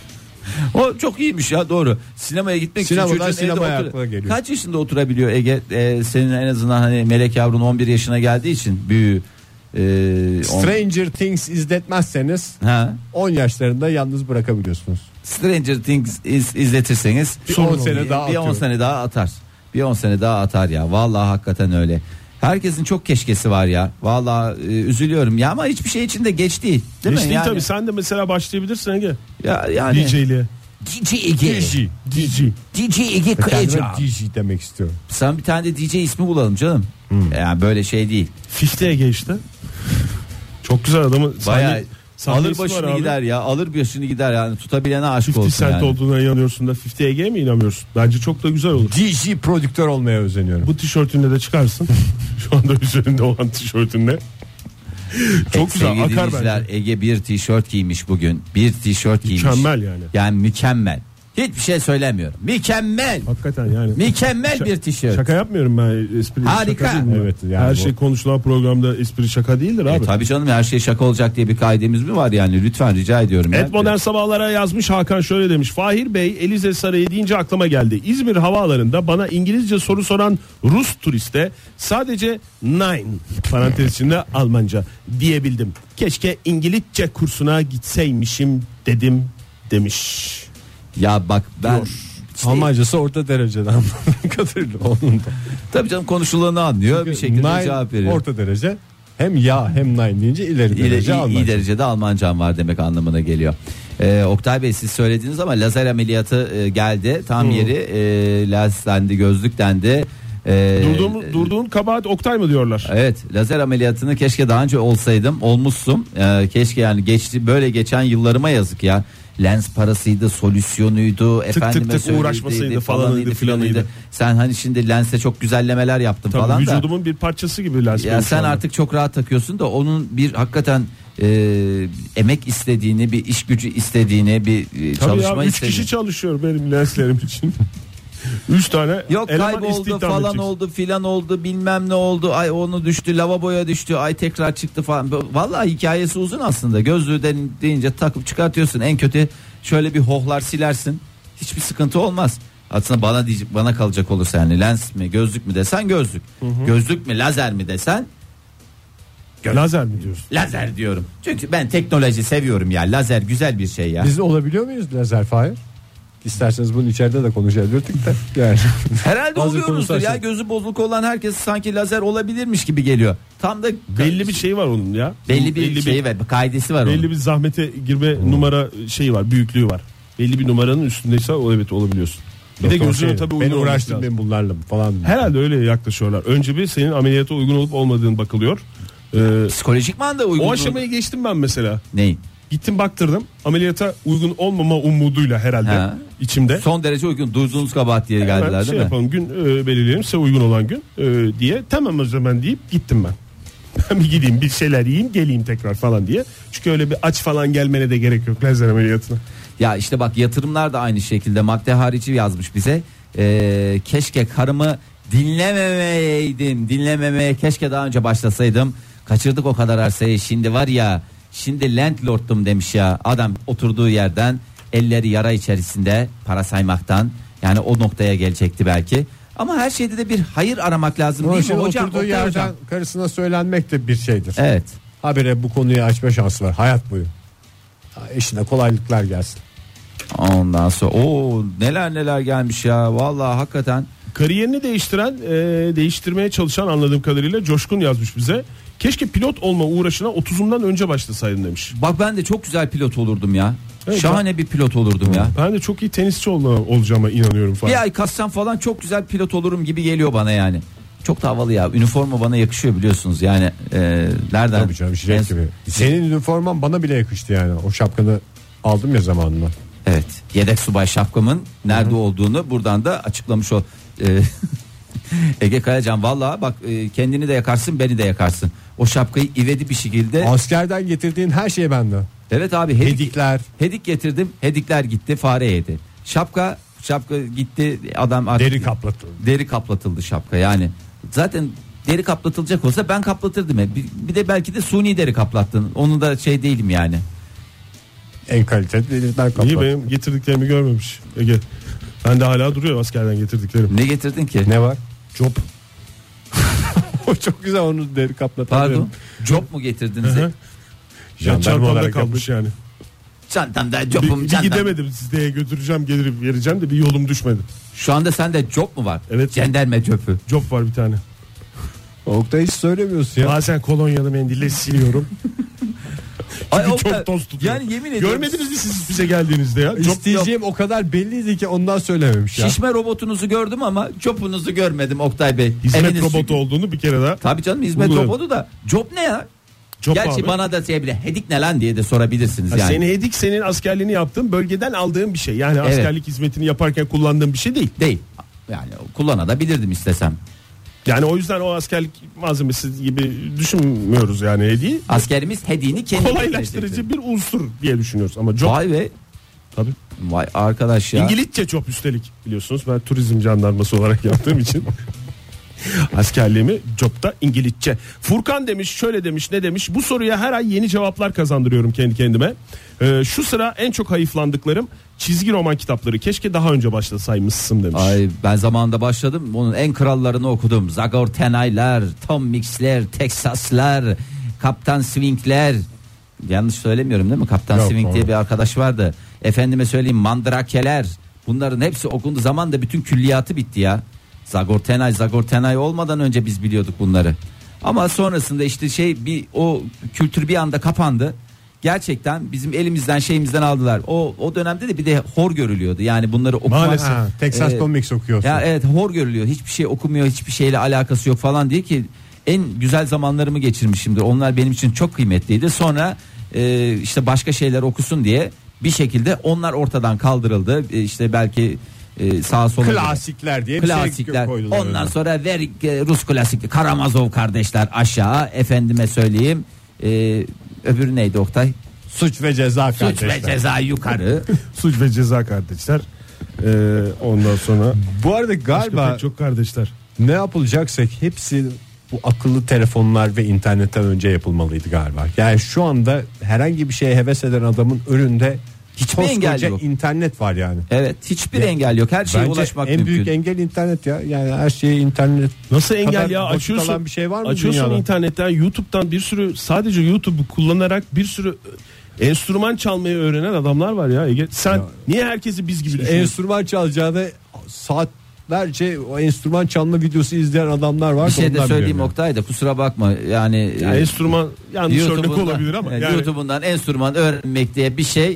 O çok iyiymiş ya, doğru. Sinemaya gitmek Sinemadan için çocuğun evde sinemaya otur- aklına geliyor. Kaç yaşında oturabiliyor Ege? Ee, senin en azından hani melek yavrun on bir yaşına geldiği için büyüğü. Ee, on- Stranger Things izletmezseniz ha. on yaşlarında yalnız bırakabiliyorsunuz. Stranger Things iz, izletirseniz Bir sorun on sene olur. daha bir on atıyor. sene daha atar. Bir on sene daha atar ya. Vallahi hakikaten öyle. Herkesin çok keşkesi var ya. Vallahi e, üzülüyorum ya, ama hiçbir şey için de geç değil. Değil Hiç mi? değil Yani, tabii, sen de mesela başlayabilirsin Ege. ya, yani D J'liğe. D J Ege. D J. D J. D J Ege Kendime Kayacağım. D J demek istiyorum. Sen bir tane de D J ismi bulalım canım. Yani böyle şey değil. Fifty Ege işte. Çok güzel adamın. Bayağı sahne- sahne alır ismi var başını abi. gider ya. Alır başını gider yani. Tutabilene aşık elli olsun Cent yani. olduğuna inanıyorsun da Fifty Ege'ye mi inanmıyorsun? Bence çok da güzel olur. D J prodüktör olmaya özeniyorum. Bu tişörtünle de çıkarsın. Şu anda üzerinde olan tişörtünle. Çok güzel, Sevgili akar dinleyiciler, bence. Ege bir tişört giymiş bugün. Bir tişört giymiş. Mükemmel yani. Yani mükemmel. Hiçbir şey söylemiyorum. Mükemmel. Hakikaten yani. Mükemmel Şa- bir tişört. Şaka yapmıyorum ben, espri Harika. şaka değil mi? Evet, yani her bu- şey konuşulan programda espri şaka değildir abi. E, tabii canım, her şey şaka olacak diye bir kaidemiz mi var yani? Lütfen rica ediyorum. Et ya. Modern Sabahlara yazmış Hakan, şöyle demiş: Fahir Bey, Elize Sarayı deyince aklıma geldi. İzmir havaalanında bana İngilizce soru soran Rus turiste sadece nine parantez içinde Almanca diyebildim. Keşke İngilizce kursuna gitseymişim dedim demiş. Ya bak ben Diyor. işte, Almancası orta dereceden kadarıyla onun da. tabii canım konuşulanı anlıyor, bir şekilde Nine cevap veriyor. orta derece. Hem ya hem nine deyince ileri İyi, derece iyi, iyi Almanca. derecede Almancam var demek anlamına geliyor. Ee, Oktay Bey, siz söylediniz ama lazer ameliyatı e, geldi. Tam yeri e, lens dendi, gözlük dendi. E, Durduğum, durduğun kabahat Oktay mı diyorlar? Evet, lazer ameliyatını keşke daha önce olsaydım, olmuşsum. Ee, keşke yani geçti, böyle geçen yıllarıma yazık ya. Lens parasıydı, solüsyonuydu, tık efendime tık söyleyeydi, uğraşmasıydı, falanıydı, filanıydı. Sen hani şimdi lense çok güzellemeler yaptın Tabii falan da. vücudumun bir parçası gibi lens. Ya benim şu sen anda. artık çok rahat takıyorsun da onun bir hakikaten e, emek istediğini, bir iş gücü istediğini, bir e, Tabii çalışma ya, üç istediğini. kişi çalışıyor benim lenslerim için. Üç tane Yok eleman kayboldu istihdam falan edeceksin. oldu filan oldu, bilmem ne oldu, ay onu düştü, lavaboya düştü, ay tekrar çıktı falan. Vallahi hikayesi uzun aslında. Gözlüğü de- deyince takıp çıkartıyorsun, en kötü şöyle bir hohlar silersin, hiçbir sıkıntı olmaz. Aslında bana diyecek, bana kalacak olursa yani lens mi gözlük mü desen gözlük, gözlük mü lazer mi desen Lazer mi diyorsun? lazer diyorum. Çünkü ben teknoloji seviyorum ya, lazer güzel bir şey ya. Biz de olabiliyor muyuz lazer Fahir? İsterseniz bunu içeride de konuşabilirdik de. Yani. Herhalde Hazır oluyoruzdur ya, konuşursak. gözü bozuk olan herkes sanki lazer olabilirmiş gibi geliyor. Tam da Belli bir şey var onun ya. belli bir şeyi var, kaidesi var belli onun. bir zahmete girme numara şeyi var, büyüklüğü var. Belli bir numaranın üstündeyse o evet olabiliyorsun. Bir de Doktor gözüne şey, tabii beni uygun olması uğraştırmayın lazım. bunlarla falan. Herhalde öyle yaklaşıyorlar. Önce bir senin ameliyata uygun olup olmadığın bakılıyor. Ee, Psikolojikman da uygun. o aşamayı geçtim ben mesela. Ney? Gittim baktırdım. Ameliyata uygun olmama umuduyla herhalde Ha. içimde. Son derece uygun. Duyduğunuz kabahat diye Hemen geldiler şey değil mi? yapalım, gün e, belirleyelim size uygun olan gün e, diye. Tamam o zaman deyip gittim ben. Ben bir gideyim, bir şeyler yiyeyim, geleyim tekrar falan diye. Çünkü öyle bir aç falan gelmene de gerek yok lazer ameliyatına. Ya işte bak, yatırımlar da aynı şekilde madde harici yazmış bize. Ee, keşke karımı dinlememeydim. Dinlememeye keşke daha önce başlasaydım. Kaçırdık o kadar arsayı. Şimdi var ya, şimdi landlord'tum demiş ya. Adam oturduğu yerden elleri yara içerisinde para saymaktan. Yani o noktaya gelecekti belki. Ama her şeyde de bir hayır aramak lazım Ama değil mi şimdi hocam? oturduğu Oktay yerden hocam. karısına söylenmek de bir şeydir. Evet. Habire bu konuyu açma şansı var hayat boyu. Ha, eşine kolaylıklar gelsin. Ondan sonra o neler neler gelmiş ya. Vallahi hakikaten. Kariyerini değiştiren, e, değiştirmeye çalışan anladığım kadarıyla Coşkun yazmış bize. Keşke pilot olma uğraşına otuzumdan önce başlasaydım demiş. Bak ben de çok güzel pilot olurdum ya. Evet, Şahane bir pilot olurdum ya. Ben de çok iyi tenisçi olma, olacağıma inanıyorum falan. Bir ay kassam falan çok güzel pilot olurum gibi geliyor bana yani. Çok da havalı ya. Üniforma bana yakışıyor biliyorsunuz. Yani e, nereden? Tabii canım şey En- gibi. Senin üniforman bana bile yakıştı yani. O şapkanı aldım ya zamanında. Evet. Yedek subay şapkamın nerede olduğunu buradan da açıklamış ol. E, Ege Kayacan vallahi bak, e, kendini de yakarsın, beni de yakarsın. O şapkayı ivedi bir şekilde. Askerden getirdiğin her şey bende. Evet abi, hedik, Hedikler. hedik getirdim. Hedikler gitti, fare yedi. Şapka şapka gitti, adam artık Deri kaplatıldı. deri kaplatıldı şapka. Yani zaten deri kaplatılacak olsa ben kaplatırdım. ya. Bir, bir de belki de suni deri kaplattın. Onu da şey değilim yani. En kaliteli deriden İyi, kaplat. benim getirdiklerimi görmemiş Ege. Ben de hala duruyor askerden getirdiklerim. Ne getirdin ki? Ne var? Job. O çok güzel, onu deri kaplatan. Pardon. Job mu getirdiniz? Hı hı. Jandarma Çantamda olarak kalmış yani. Çantamda Bir, jobum bir çantam. gidemedim, sizde götüreceğim, gelip vereceğim de bir yolum düşmedi. Şu anda sende job mu var? Evet. Jandarma jobu. Job var bir tane. Oktay hiç söylemiyorsun ya. Bazen kolonyalı mendille siliyorum. Ay, Çünkü o çok kadar- toz tutuyor. Yani yemin ediyorum. Görmediniz mi siz bize geldiğinizde ya? Job İsteyeceğim o kadar belliydi ki ondan söylememiş ya. Şişme robotunuzu gördüm ama jobunuzu görmedim Oktay Bey. hizmet Eminiz robotu çünkü. olduğunu bir kere daha. Tabii canım, hizmet Uyguladım. robotu da. Job ne ya? Job Gerçi abi. bana da şey bile hedik ne lan diye de sorabilirsiniz Ha, yani. Senin hedik senin askerliğini yaptığın bölgeden aldığın bir şey. Yani Evet. askerlik hizmetini yaparken kullandığın bir şey değil. Değil. Yani kullanabilirdim istesem. Yani o yüzden o askerlik malzemesi gibi düşünmüyoruz yani hediye. Askerimiz hediyeni kendi kolaylaştırıcı bir unsur diye düşünüyoruz ama job. Vay be. Tabii. Vay arkadaş ya. İngilizce job üstelik biliyorsunuz. Ben turizm jandarması olarak yaptığım için askerliğimi job'ta İngilizce. Furkan demiş, şöyle demiş, ne demiş? Bu soruya her ay yeni cevaplar kazandırıyorum kendi kendime. Ee, şu sıra en çok hayıflandıklarım çizgi roman kitapları. Keşke daha önce başlasaymışsın demiş. Ay ben zamanında başladım. Onun en krallarını okudum. Zagor Tenaylar, Tom Mix'ler, Texas'lar, Kaptan Swing'ler. Yanlış söylemiyorum değil mi? Kaptan Yok, Swing diye doğru. bir arkadaş vardı. Efendime söyleyeyim, Mandrakeler. Bunların hepsi okunduğu zaman da bütün külliyatı bitti ya. Zagor Tenay, Zagor Tenay olmadan önce biz biliyorduk bunları. Ama sonrasında işte şey bir o kültür bir anda kapandı. Gerçekten bizim elimizden şeyimizden aldılar. O o dönemde de bir de hor görülüyordu. Yani bunları okumak. Maalesef. Ha, Texas e, Comics okuyorsun. Ya evet, hor görülüyor. Hiçbir şey okumuyor, hiçbir şeyle alakası yok falan diye ki en güzel zamanlarımı geçirmişimdir. Onlar benim için çok kıymetliydi. Sonra e, işte başka şeyler okusun diye bir şekilde onlar ortadan kaldırıldı. E, işte belki e, sağa sola Klasikler diye bir klasikler. şey koydular. Ondan öyle. sonra ver e, Rus klasikli Karamazov kardeşler aşağı. Efendime söyleyeyim. E, öbürü neydi Oktay? Suç ve ceza Suç kardeşler. ve ceza yukarı. Suç ve ceza kardeşler. Ee, ondan sonra Bu arada başka galiba pek çok kardeşler. ne yapılacaksak hepsi bu akıllı telefonlar ve internetten önce yapılmalıydı galiba. Yani şu anda herhangi bir şeye heves eden adamın önünde Hiçbir engel koskoca yok. internet var yani. Evet, hiçbir Ya, engel yok. Her şeye Bence ulaşmak en mümkün. büyük engel internet ya. Yani her şeye internet. Nasıl engel kadar ya? basit Açıyorsun, olan bir şey var mı açıyorsun dünyada? internetten, YouTube'dan bir sürü, sadece YouTube'u kullanarak bir sürü enstrüman çalmayı öğrenen adamlar var ya Ege. Sen Ya. niye herkesi biz gibi düşünüyorsun? Enstrüman çalacağını saatlerce o enstrüman çalma videosu izleyen adamlar var. Bir şey de Ondan söyleyeyim biliyorum Oktay da kusura bakma. Yani Ya e, enstrüman yanlış örnek YouTube'undan- olabilir ama e, yani YouTube'undan enstrüman öğrenmek diye bir şey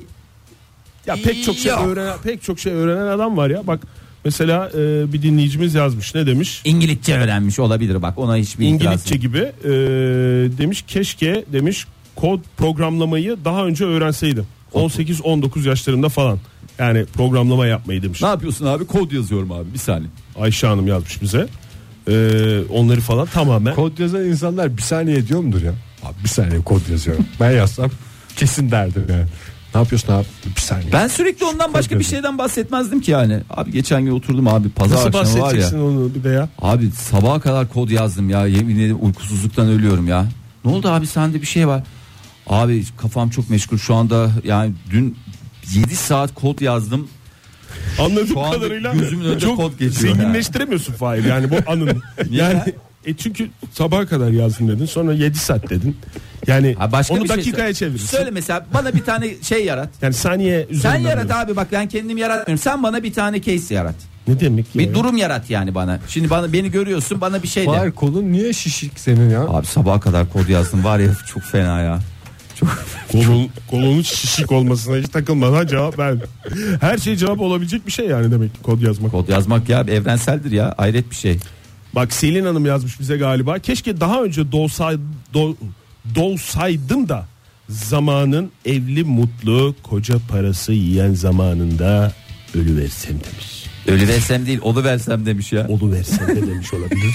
ya pek çok şey Yok. öğrenen pek çok şey öğrenen adam var ya. Bak mesela e, bir dinleyicimiz yazmış, ne demiş? İngilizce öğrenmiş olabilir, bak ona hiçbir itirazım İngilizce yok. gibi e, demiş, keşke demiş kod programlamayı daha önce öğrenseydim. on sekiz on dokuz yaşlarında falan. Yani programlama yapmayı demiş. Ne yapıyorsun abi? Kod yazıyorum abi, bir saniye. Ayşe Hanım yazmış bize. Ee, onları falan tamamen. Kod yazan insanlar bir saniye diyor mudur ya? Abi bir saniye kod yazıyorum. Ben yazsam kesin derdim yani. Ne yapıyorsun abi? Bir saniye. Ben sürekli ondan başka bir yazıyorum. şeyden bahsetmezdim ki yani. Abi geçen gün oturdum abi, pazar Nasıl akşamı var ya. bahsedeceksin onu bir de ya? Abi sabaha kadar kod yazdım ya, yemin ederim uykusuzluktan ölüyorum ya. Ne oldu abi, sende bir şey var? Abi kafam çok meşgul şu anda, yani dün yedi saat kod yazdım. Anladığım Şu anda kadarıyla gözümün önünde çok kod geçiyor zenginleştiremiyorsun Fahir yani bu anını. yani e çünkü sabaha kadar yazdın dedin, sonra yedi saat dedin. Yani Ha, başka onu bir şey dakikaya söyle. çevirirsin. Söyle mesela, bana bir tane şey yarat. Yani saniye Sen üzerinden yarat diyorum. abi, bak ben kendim yaratmıyorum. Sen bana bir tane case yarat. Ne demek ya? Bir durum yarat yani bana. Şimdi bana, beni görüyorsun, bana bir şey de. Var, kolun niye şişik senin ya? Abi sabaha kadar kod yazdım var ya, çok fena ya. Çok Kolun, kolunun şişik olmasına hiç takılmadan cevap ver. Her şey cevap olabilecek bir şey yani demek ki kod yazmak. kod yazmak ya evrenseldir ya, hayret bir şey. Bak Selin Hanım yazmış bize galiba. Keşke daha önce doğsay, doğ, doğsaydım da zamanın evli mutlu koca parası yiyen zamanında ölü versem demiş. Ölü versem değil, olu versem demiş ya. Olu versem de demiş olabilir.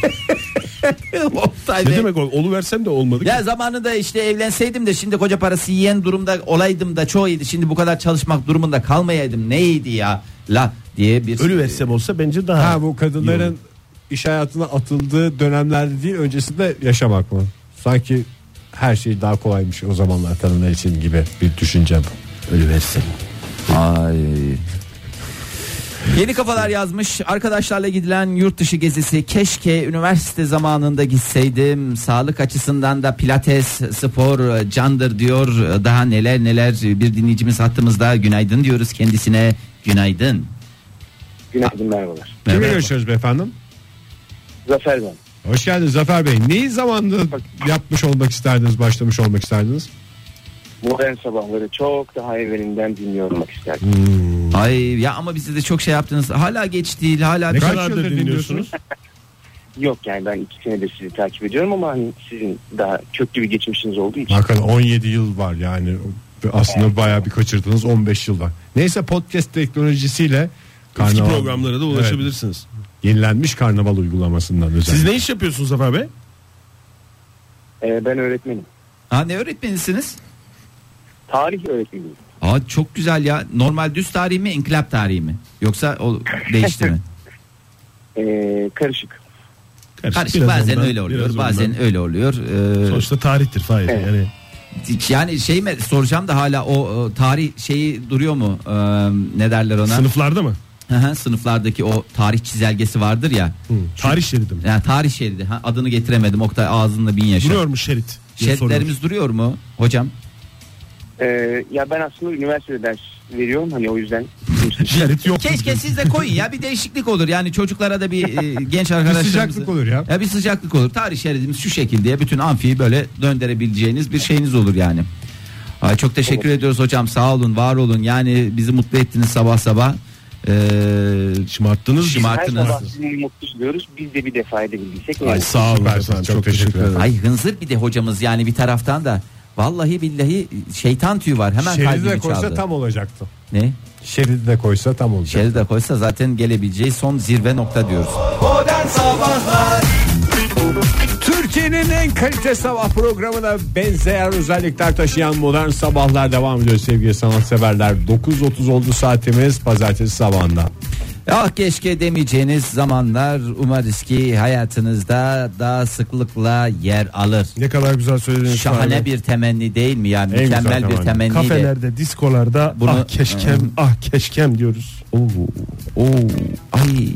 Oktay Ne Bey. demek o? Olu versem de olmadı. Ya ki. zamanında işte evlenseydim de şimdi koca parası yiyen durumda olaydım da çoğu iyiydi. Şimdi bu kadar çalışmak durumunda kalmayaydım. Neydi ya? La diye bir Ölü versem olsa bence daha. Ha, bu kadınların iş hayatına atıldığı dönemlerde değil, öncesinde yaşamak mı? Sanki her şey daha kolaymış o zamanlar kadınlar için gibi bir düşüncem. Ölü versem. Ay. Yeni Kafalar yazmış, arkadaşlarla gidilen yurt dışı gezisi, keşke üniversite zamanında gitseydim, sağlık açısından da pilates spor candır diyor. Daha neler neler, bir dinleyicimiz hattımızda, günaydın diyoruz kendisine. Günaydın. Günaydın, merhabalar. Kimle Merhaba. görüşüyoruz beyefendim? Zafer ben. Hoş geldiniz Zafer Bey. Neyi zamanında yapmış olmak isterdiniz, başlamış olmak isterdiniz? Modern Sabahları çok daha evvelinden dinliyor olmak isterdim. Ay ya, ama bize de çok şey yaptınız, hala geç değil, hala Ne bir- kadardır yıldır dinliyorsunuz? Yok yani ben iki senedir sizi takip ediyorum ama hani sizin daha köklü bir geçmişiniz olduğu için. Hakikaten on yedi yıl var yani. Aslında bayağı bir kaçırdınız, on beş yıl var. Neyse, podcast teknolojisiyle Eski Karnaval- programlara da ulaşabilirsiniz. Evet. Yenilenmiş karnaval uygulamasından özellikle. Siz ne iş yapıyorsunuz Zafer Bey? Ee, ben öğretmenim. Ha, ne öğretmenisiniz? Tarih öğretmeniyim. Aa, çok güzel ya. Normal düz tarih mi, inkılap tarihi mi? Yoksa o değişti mi? Ee, karışık. Karışık, Biraz bazen ondan, öyle oluyor, biraz bazen ondan. öyle oluyor. Ee, Sonuçta tarihtir Fahir. Evet. Yani yani şey mi soracağım da hala o, o tarih şeyi duruyor mu? Ee, ne derler ona? sınıflarda mı? Hı hı, sınıflardaki o tarih çizelgesi vardır ya. Hı, tarih şeridi mi? Yani tarih şeridi. Ha, adını getiremedim. Oktay ağzında bin yaşa. Duruyor mu şerit? diye Şeritlerimiz duruyor mu hocam? Ee, ya ben aslında üniversitede ders veriyorum. Hani o yüzden. soruyoruz. Şerit yok. Keşke siz de koyun ya, bir değişiklik olur. Yani çocuklara da bir e, genç arkadaşlarımıza. sıcaklık olur ya. Ya bir sıcaklık olur. Tarih şeridimiz şu şekilde, bütün amfiyi böyle döndürebileceğiniz bir şeyiniz olur yani. Ay, çok teşekkür evet. ediyoruz hocam, sağ olun, var olun. Yani bizi mutlu ettiniz sabah sabah. Ee, Şımarttınız. Her şımarttınız. sabah sizi mutlu diyoruz. Biz de bir defa edebildiysek. Ay yani. sağ olun efendim. Çok teşekkür ederim. Ay hınzır bir de hocamız yani bir taraftan da. Vallahi billahi şeytan tüyü var. Hemen Şeridi de kalbimi koysa çaldı. tam olacaktı. Ne? Şeridi de koysa tam olacak. Şeridi de koysa zaten gelebileceği son zirve nokta diyoruz. Modern Sabahlar. Türkiye'nin en kalite sabah programına benzeyen özellikler taşıyan Modern Sabahlar devam ediyor sevgili sanatseverler. dokuz otuz oldu saatimiz pazartesi sabahında. Ah keşke demeyeceğiniz zamanlar umarız ki hayatınızda daha sıklıkla yer alır. Ne kadar güzel söylediniz. Şahane Fahir Bey. bir temenni değil mi ya? En güzel Mükemmel bir temenni. temenni de. Kafelerde, diskolarda Bunu- ah keşkem, ah keşkem diyoruz. Oo, oo, ay,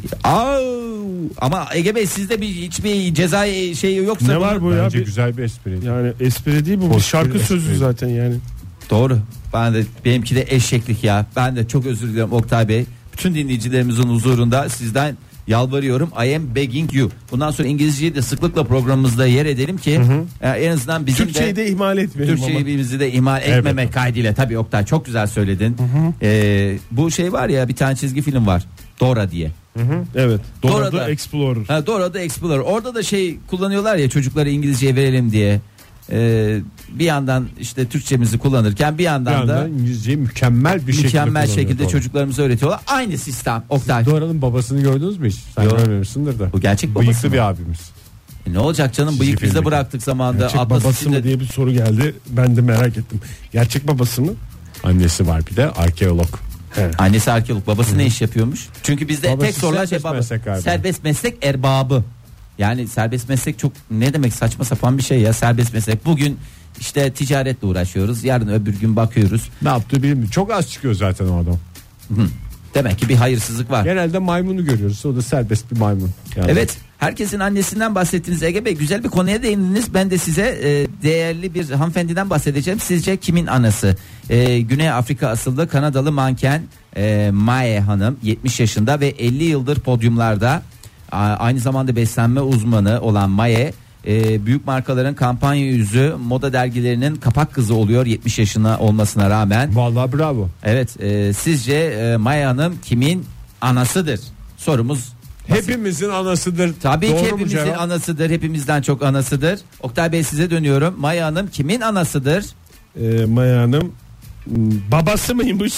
au. Ama Ege Bey sizde bir hiçbir ceza şeyi yoksa. Ne bunu- var bu ya? Bence Bir- güzel bir espri. Yani espri değil bu, bir Hoş şarkı bir sözü espri. zaten yani. Doğru. Ben de benimki de eşeklik ya. Ben de çok özür diliyorum Oktay Bey. Bütün dinleyicilerimizin huzurunda sizden yalvarıyorum. I am begging you. Bundan sonra İngilizceyi de sıklıkla programımızda yer edelim ki e, en azından bizim Türkçeyi de, de ihmal etmeyelim ama. Türkçeyi de ihmal etmemek kaydıyla. Tabii Oktay çok güzel söyledin. Ee, bu şey var ya, bir tane çizgi film var. Dora diye. Evet. Dora Dora the da- Explorer. Ha, Dora the Explorer. Orada da şey kullanıyorlar ya, çocuklara İngilizce verelim diye. Ee, bir yandan işte Türkçemizi kullanırken bir yandan, Bir yandan da İngilizceyi mükemmel bir şekilde mükemmel kullanıyor şekilde Dora. çocuklarımıza öğretiyorlar. Aynı sistem Oktay. Dora'nın babasını gördünüz mü hiç? Sen Yok. görmemişsindir de. Bu gerçek babası Bıyıklı mı? bir abimiz. E ne olacak canım, Çizgi bıyık bizde filmdeki. bıraktık zamanında. Gerçek Atlas babası mı içinde- diye bir soru geldi. Ben de merak ettim. Gerçek babası mı? Annesi var bir de arkeolog. He. Annesi arkeolog, babası ne iş yapıyormuş? Çünkü bizde Babası tek sorulan şey serbest baba. meslek galiba. Serbest meslek erbabı. Yani serbest meslek çok ne demek, saçma sapan bir şey ya serbest meslek. Bugün işte ticaretle uğraşıyoruz. Yarın öbür gün bakıyoruz. Ne yaptığı bilmiyorum. Çok az çıkıyor zaten o adam. Hı. Demek ki bir hayırsızlık var. Genelde maymunu görüyoruz. O da serbest bir maymun. Yani. Evet, herkesin annesinden bahsettiniz Ege Bey, güzel bir konuya değindiniz. Ben de size e, değerli bir hanımefendiden bahsedeceğim. Sizce kimin anası? E, Güney Afrika asıllı Kanadalı manken e, Mae Hanım, yetmiş yaşında ve elli yıldır podyumlarda. A, aynı zamanda beslenme uzmanı olan Mae e, büyük markaların kampanya yüzü, moda dergilerinin kapak kızı oluyor yetmiş yaşına olmasına rağmen. Vallahi bravo. Evet, e, sizce e, Mae Hanım kimin anasıdır? Sorumuz. Hepimizin anasıdır. Tabii Doğru ki mu hepimizin cevap? anasıdır. Hepimizden çok anasıdır. Oktay Bey size dönüyorum. Maya Hanım kimin anasıdır? Ee, Maya Hanım m, babası mıymış?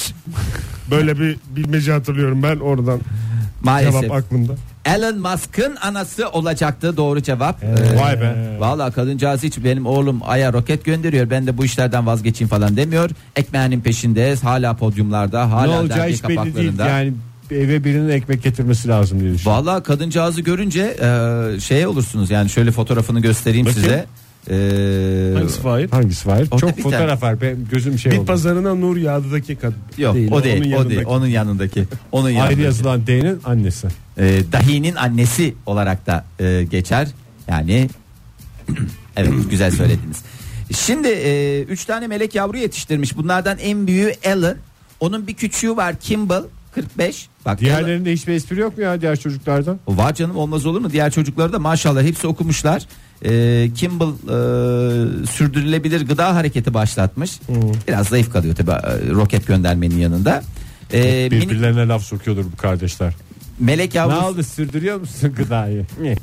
Böyle bir bilmece hatırlıyorum ben oradan. Maalesef. Cevap aklımda. Elon Musk'ın anası olacaktı doğru cevap. Ee, Ee, Vay be. Vallahi kadıncağız hiç benim oğlum Ay'a roket gönderiyor, ben de bu işlerden vazgeçeyim falan demiyor. Ekmeğinin peşinde, hala podyumlarda, hala Ne olacağı dergi hiç belli değil. kapaklarında. Yani eve birinin ekmek getirmesi lazım diye düşünüyorum. Vallahi kadıncağızı görünce e, şey olursunuz yani, şöyle fotoğrafını göstereyim Bakayım. size. Ee, Hangisi Fahir? Hangisi var? Orada Çok bir fotoğraf var. Benim gözüm şey Bit oldu. pazarına Nur Yağdı'daki kadın. Yok o değil, onun o değil, yanındaki. onun yanındaki. Onun Ayrı yanındaki. yazılan D'nin annesi. e, dahinin annesi olarak da e, geçer. Yani evet, güzel söylediniz. Şimdi e, üç tane melek yavru yetiştirmiş. Bunlardan en büyüğü Alan. Onun bir küçüğü var Kimball kırk beş. Bak Alan- Diğerlerinde hiçbir espri yok mu ya diğer çocuklardan? O var canım, olmaz olur mu? Diğer çocukları da maşallah hepsi okumuşlar. E, Kimball e, sürdürülebilir gıda hareketi başlatmış. Biraz zayıf kalıyor tabii e, roket göndermenin yanında. E, minik- Birbirlerine laf sokuyordur bu kardeşler. melek Ne yavrusu. oldu, sürdürüyor musun gıdayı?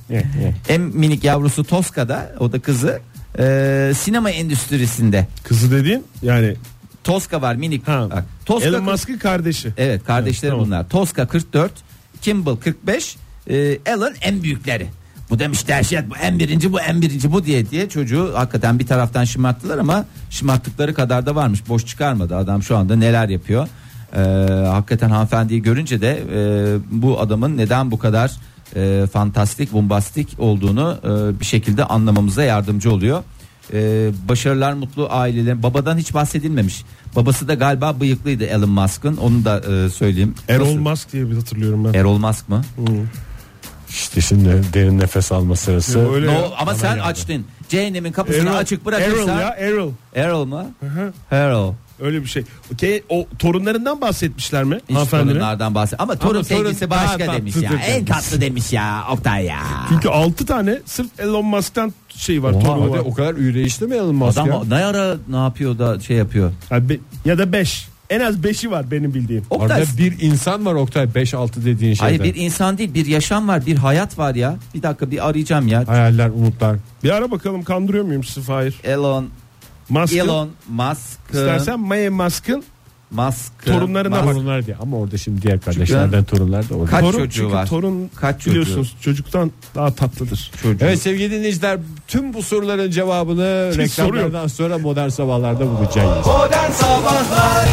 En minik yavrusu Toska'da, o da kızı. Ee, sinema endüstrisinde. Kızı dediğin yani Toska var minik. ha, Bak, Toska Elon kırk- Musk'ın kardeşi. Evet, kardeşleri Evet, tamam. bunlar. Toska kırk dört, Kimball kırk beş, e, Elon en büyükleri. Bu demiş dehşet, bu en birinci, bu en birinci, bu diye diye çocuğu hakikaten bir taraftan şımarttılar ama şımarttıkları kadar da varmış. Boş çıkarmadı adam, şu anda neler yapıyor. Ee, hakikaten hanımefendiyi görünce de e, bu adamın neden bu kadar e, fantastik, bombastik olduğunu e, bir şekilde anlamamıza yardımcı oluyor. E, başarılar, mutlu ailelerin. Babadan hiç bahsedilmemiş. Babası da galiba bıyıklıydı Elon Musk'ın, onu da e, söyleyeyim. Erol Nasıl? Musk diye bir hatırlıyorum ben. Erol Musk mı? Hmm. İşte şimdi derin nefes alma sırası. Yo, öyle No, ya. ama sen geldi. açtın. Cehennemin kapısını Erol, açık bırakırsan. Erol ya Erol. Erol mu? Hı-hı. Erol. Öyle bir şey. Okey, o torunlarından bahsetmişler mi? Hiç hanımefendinin? torunlardan bahset. Ama torun Ama torun sevgisi daha başka demiş ya. tatlıdır En demiş. tatlı demiş ya Oktay ya. Çünkü altı tane sırf Elon Musk'tan şey var, Oha, torunu hadi var. o kadar üreyişli mi Elon Musk ya? Adam ne ara ne yapıyor da şey yapıyor. Yani be- ya da beş. En az beşi var benim bildiğim. Oktay, Orada bir insan var Oktay, beş altı dediğin şeyde. hayır, bir insan değil, bir yaşam var, bir hayat var ya. Bir dakika, bir arayacağım ya. Hayaller, umutlar. Bir ara bakalım, kandırıyor muyum sizi Fahir? Elon Musk'ın, Elon Musk'ın İstersen Maya Musk'ın Musk'ın torunlarına Musk- bak. Torunlar diye, ama orada şimdi diğer kardeşlerden torunlar da orada. Kaç torun, çocuğu çünkü var? torun Kaç çocuğu? biliyorsunuz çocuktan daha tatlıdır. çocuğu. Evet sevgili dinleyiciler, tüm bu soruların cevabını Hiç reklamlardan sonra Modern Sabahlar'da bulacağız. Modern Sabahlar.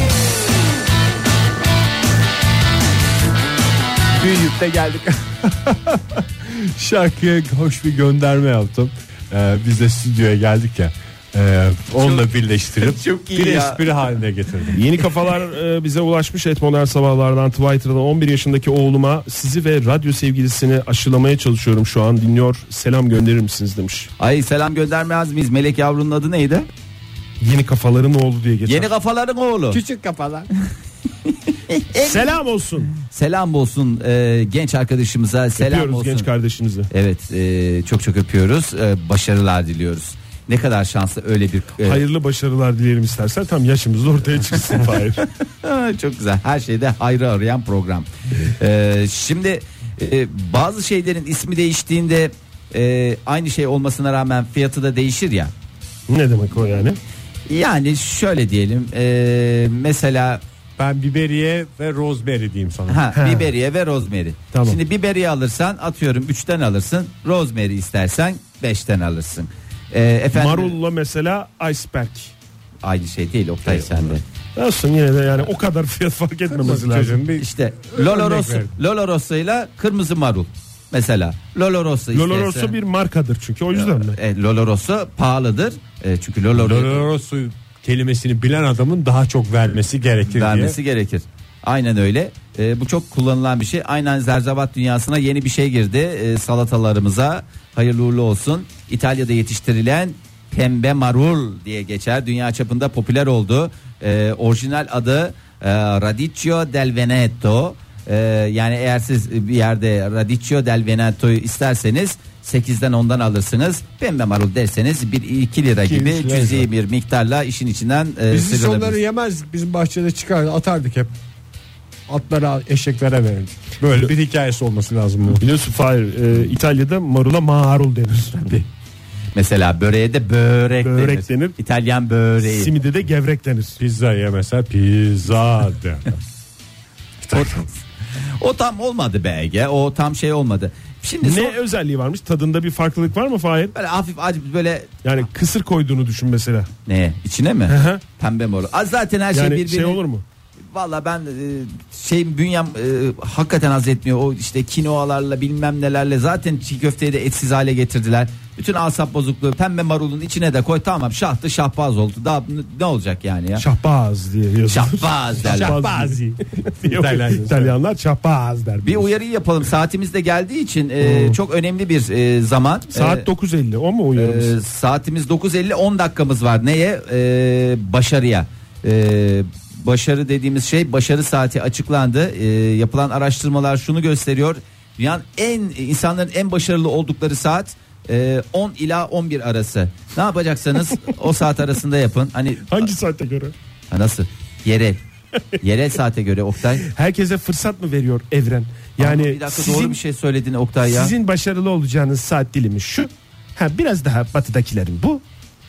Büyüyüp de geldik. Şarkıya hoş bir gönderme yaptım. Ee, biz de stüdyoya geldik ya. Ee, onunla birleştirip Çok iyi bir ya. espri haline getirdim. Yeni kafalar e, bize ulaşmış et Modern Sabahlar'dan Twitter'dan. On bir yaşındaki oğluma sizi ve radyo sevgilisini aşılamaya çalışıyorum şu an, dinliyor, selam gönderir misiniz demiş. Ay, selam göndermez miyiz? Melek yavrunun adı neydi? Yeni kafaların oğlu diye geçer. Yeni kafaların oğlu. Küçük kafalar. Selam olsun. Selam olsun e, genç arkadaşımıza. Selam Öpüyoruz olsun. genç kardeşinizi. Evet, e, çok çok öpüyoruz. E, başarılar diliyoruz. Ne kadar şanslı öyle bir e, Hayırlı başarılar dileyelim istersen, tam yaşımız ortaya çıksın Fahir. çok güzel. Her şeyde hayrı arayan program. E, şimdi e, bazı şeylerin ismi değiştiğinde e, aynı şey olmasına rağmen fiyatı da değişir ya. Ne demek o yani? Yani şöyle diyelim. E, mesela Ben biberiye ve rosemary diyeyim sana. ha, biberiye ve rosemary. Tamam. Şimdi biberiye alırsan atıyorum üçten alırsın. Rosemary istersen beşten alırsın. E, efendim, Marulla mesela iceberg. aynı şey değil Oktay sende. Olsun, yine de yani o kadar fiyat fark etmemesi lazım. Çocuğun bir İşte Lolo Örnek Rosso, verdim. Lolo Rosso ile kırmızı marul. Mesela Lolo Rosso Lolo istersen- Rosso bir markadır çünkü, o yüzden mi? E, Lolo Rosso pahalıdır. E, çünkü Lolo, Lolo Rosso kelimesini bilen adamın daha çok vermesi gerekir vermesi diye. gerekir. Aynen öyle. E, bu çok kullanılan bir şey. Aynen zerzevat dünyasına yeni bir şey girdi. E, salatalarımıza hayırlı uğurlu olsun. İtalya'da yetiştirilen pembe marul diye geçer. Dünya çapında popüler oldu. E, orijinal adı e, Radicchio del Veneto. E, yani eğer siz bir yerde Radicchio del Veneto'yu isterseniz sekizden ondan alırsınız. Pembe marul derseniz bir iki lira İki, gibi üç lira. cüzi bir miktarla işin içinden e, Biz hiç sıyrılabilir. onları yemezdik. Bizim bahçede çıkar atardık hep. Atlara, eşeklere verirdik. Böyle bir hikayesi olması lazım bu. Biliyorsun Fahir, e, İtalya'da marula marul denir. Mesela böreğe de börek, Börek denir. denir. İtalyan böreği. Simide de gevrek denir. Pizzaya mesela pizza der. O, o tam olmadı be Ege. O tam şey olmadı. Şimdi Ne son- özelliği varmış? Tadında bir farklılık var mı Fahir? böyle hafif acı böyle Yani kısır koyduğunu düşün mesela. ne içine mi? hı. Pembe mor. Az zaten her şey Yani birbirine. şey olur mu? Valla ben e, şey bünyem e, hakikaten haz etmiyor. O işte kinoalarla bilmem nelerle zaten çiğ köfteyi de etsiz hale getirdiler. Bütün asap bozukluğu pembe marulun içine de koy, tamam, şahtı şahbaz oldu. Daha n- ne olacak yani ya? Şahbaz diye yazılır. Şahbaz derler. Şahbazi. İtalyanlar, İtalyanlar şahbaz der. Bir uyarıyı yapalım. Saatimiz de geldiği için e, çok önemli bir e, zaman. Saat E, dokuz elli, o mu uyarımız? e, saatimiz dokuz elli, on dakikamız var. Neye? E, başarıya. E, başarı dediğimiz şey, başarı saati açıklandı. E, yapılan araştırmalar şunu gösteriyor. Dünyanın en insanların en başarılı oldukları saat e, on ila on bir arası. Ne yapacaksanız o saat arasında yapın. Hani Hangi saate göre? ha, nasıl? Yerel. Yerel saate göre Oktay. Herkese fırsat mı veriyor evren? Yani Ama bir dakika, sizin, doğru bir şey söyledin Oktay ya. sizin başarılı olacağınız saat dilimi şu. Ha, biraz daha batıdakilerin bu.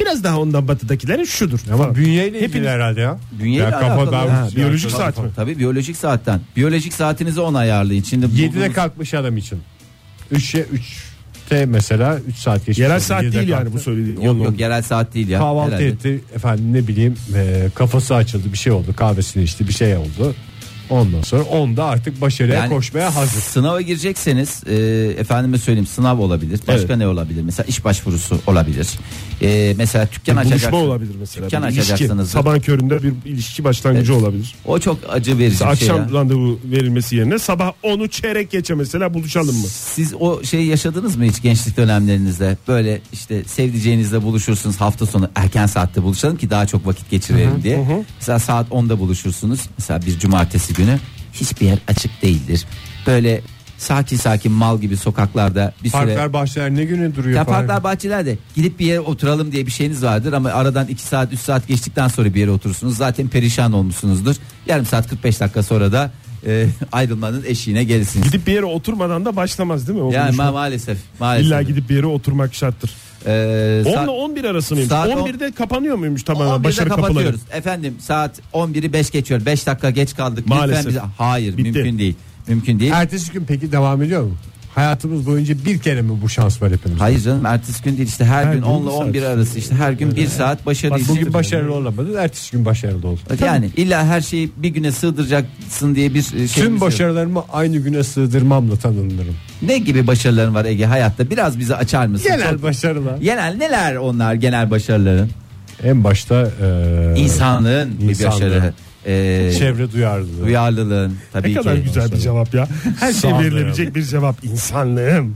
biraz daha ondan batıdakilerin şudur. Ama bünyeyle ilgili Hepiniz- herhalde ya. Bünyeyle Ya kafa alakalı. daha- Ha, biyolojik saat mi? Tabii biyolojik saatten. Biyolojik saatinizi ona ayarlayın. Şimdi yedide bulduğunuz- kalkmış adam için. üçe üçte mesela üç saat geçmiş. Yerel oldu. saat yedide değil yani kalktı. bu söylediğin. Yok yok yerel saat değil ya. Kahvaltı herhalde. etti efendim ne bileyim e, kafası açıldı bir şey oldu, kahvesini içti bir şey oldu. Ondan sonra onda artık başarıya Yani koşmaya hazır. Sınava girecekseniz e, efendime söyleyeyim sınav olabilir. Başka Evet. ne olabilir? Mesela iş başvurusu olabilir. E, mesela dükkan Buluşma açacaksınız. olabilir mesela. Dükkan Bir ilişki. açacaksınız. Sabah köründe bir ilişki başlangıcı Evet. olabilir. O çok acı verici bir şey Akşam ya. randevu verilmesi yerine sabah onu çeyrek geçe mesela buluşalım mı? Siz o şeyi yaşadınız mı hiç gençlik dönemlerinizde? Böyle işte sevdiceğinizle buluşursunuz hafta sonu erken saatte buluşalım ki daha çok vakit geçirelim diye. Mesela saat onda buluşursunuz. Mesela bir cumartesi günü hiçbir yer açık değildir. Böyle sakin sakin mal gibi sokaklarda bir süre. Parklar bahçeler ne güne duruyor. Ya falan. parklar bahçelerde gidip bir yere oturalım diye bir şeyiniz vardır ama aradan iki saat üç saat geçtikten sonra bir yere oturursunuz. Zaten perişan olmuşsunuzdur. Yarım saat kırk beş dakika sonra da e, ayrılmanın eşiğine gelirsiniz. Gidip bir yere oturmadan da başlamaz değil mi? O Yani buluşma? ma- maalesef. maalesef. İlla gidip bir yere oturmak şarttır. Ee, on saat- ile on bir arası mıymış? saat on birde kapanıyor muymuş tamamen başarı kapıları? kapatıyoruz. Efendim saat on biri beş geçiyor. beş dakika geç kaldık. Lütfen Maalesef. bize- Hayır Bitti. mümkün değil. Mümkün değil. Ertesi gün peki devam ediyor mu? Hayatımız boyunca bir kere mi bu şans var hepimiz? Hayır canım ertesi gün değil işte her, Her gün gün on ile bir saat. on bir arası işte her gün bir saat başarı Bak için. bugün başarılı olamadın, ertesi gün başarılı ol. Yani illa her şeyi bir güne sığdıracaksın diye bir şey. Tüm başarılarımı aynı güne sığdırmamla tanınırım. Ne gibi başarıların var Ege hayatta? Biraz bize açar mısın? Genel Çok- başarılar. Genel neler onlar genel başarıların? En başta e, İnsanlığın bir insanlığın, başarı. Ee, çevre duyarlılığı. duyarlılığın tabii Ne ki. kadar güzel bir cevap ya. Her şey Sağ verilebilecek bir cevap. İnsanlığım.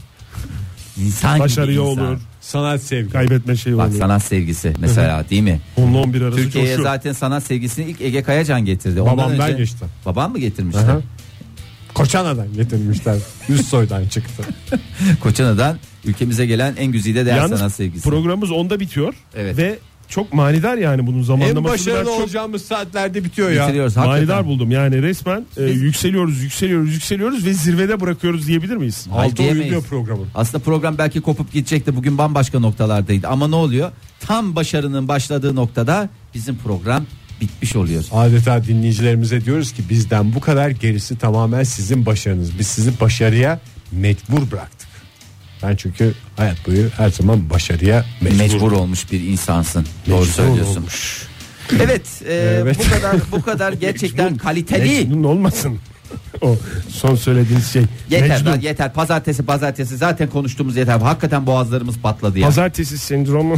İnsan Başarıya gibi insan. olur. Sanat sevgi. Kaybetme şeyi Bak olur. sanat sevgisi mesela değil mi? on ile on bir arası Türkiye'ye coşuyor. zaten sanat sevgisini ilk Ege Kayacan getirdi. Ondan Babamdan önce- geçti. Babam mı getirmişti? Aha. Koçana'dan getirmişler. Üst soydan çıktı. Koçana'dan ülkemize gelen en güzide değer sanat Yalnız sevgisi. programımız onda bitiyor. Evet. Ve çok manidar yani bunun En zamanlaması. başarılı çok olacağımız saatlerde bitiyor ya. Bitiriyoruz hakikaten. manidar buldum. Yani resmen e, Biz- yükseliyoruz, yükseliyoruz, yükseliyoruz ve zirvede bırakıyoruz diyebilir miyiz? Hayır, Altı diyemeyiz. oyun programın. Aslında program belki kopup gidecekti. Bugün bambaşka noktalardaydı. Ama ne oluyor? Tam başarının başladığı noktada bizim program bitmiş oluyor. Adeta dinleyicilerimize diyoruz ki bizden bu kadar, gerisi tamamen sizin başarınız. Biz sizi başarıya mecbur bıraktık. Ben çünkü hayat boyu her zaman başarıya mecbur. Mecbur olmuş bir insansın. Doğru Mecbur söylüyorsun. olmuş. Evet, e, Evet. bu kadar bu kadar gerçekten kaliteli. Mecnun olmasın. O son söylediğiniz şey. Yeter Mecnun. lan yeter. Pazartesi pazartesi zaten konuştuğumuz yeter. Hakikaten boğazlarımız patladı ya. Pazartesi sendromu.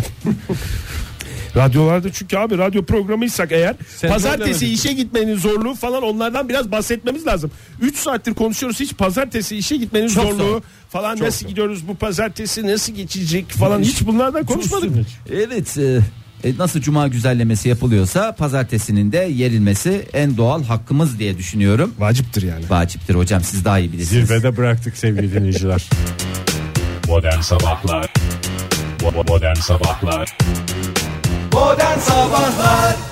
Radyolarda çünkü abi radyo programıysak eğer Sendrom pazartesi demedik. işe gitmenin zorluğu falan onlardan biraz bahsetmemiz lazım. üç saattir konuşuyoruz, hiç pazartesi işe gitmenin Çok zorluğu zor. falan, Çok nasıl zor. gidiyoruz bu pazartesi, nasıl geçecek falan, hiç bunlardan konuşmadık. Evet. e, e, nasıl cuma güzellemesi yapılıyorsa pazartesinin de yerilmesi en doğal hakkımız diye düşünüyorum. Vaciptir yani. Vaciptir hocam, siz daha iyi bilirsiniz. Zirvede bıraktık sevgili dinleyiciler. Modern Sabahlar Bo- Modern Sabahlar Modern Sabahlar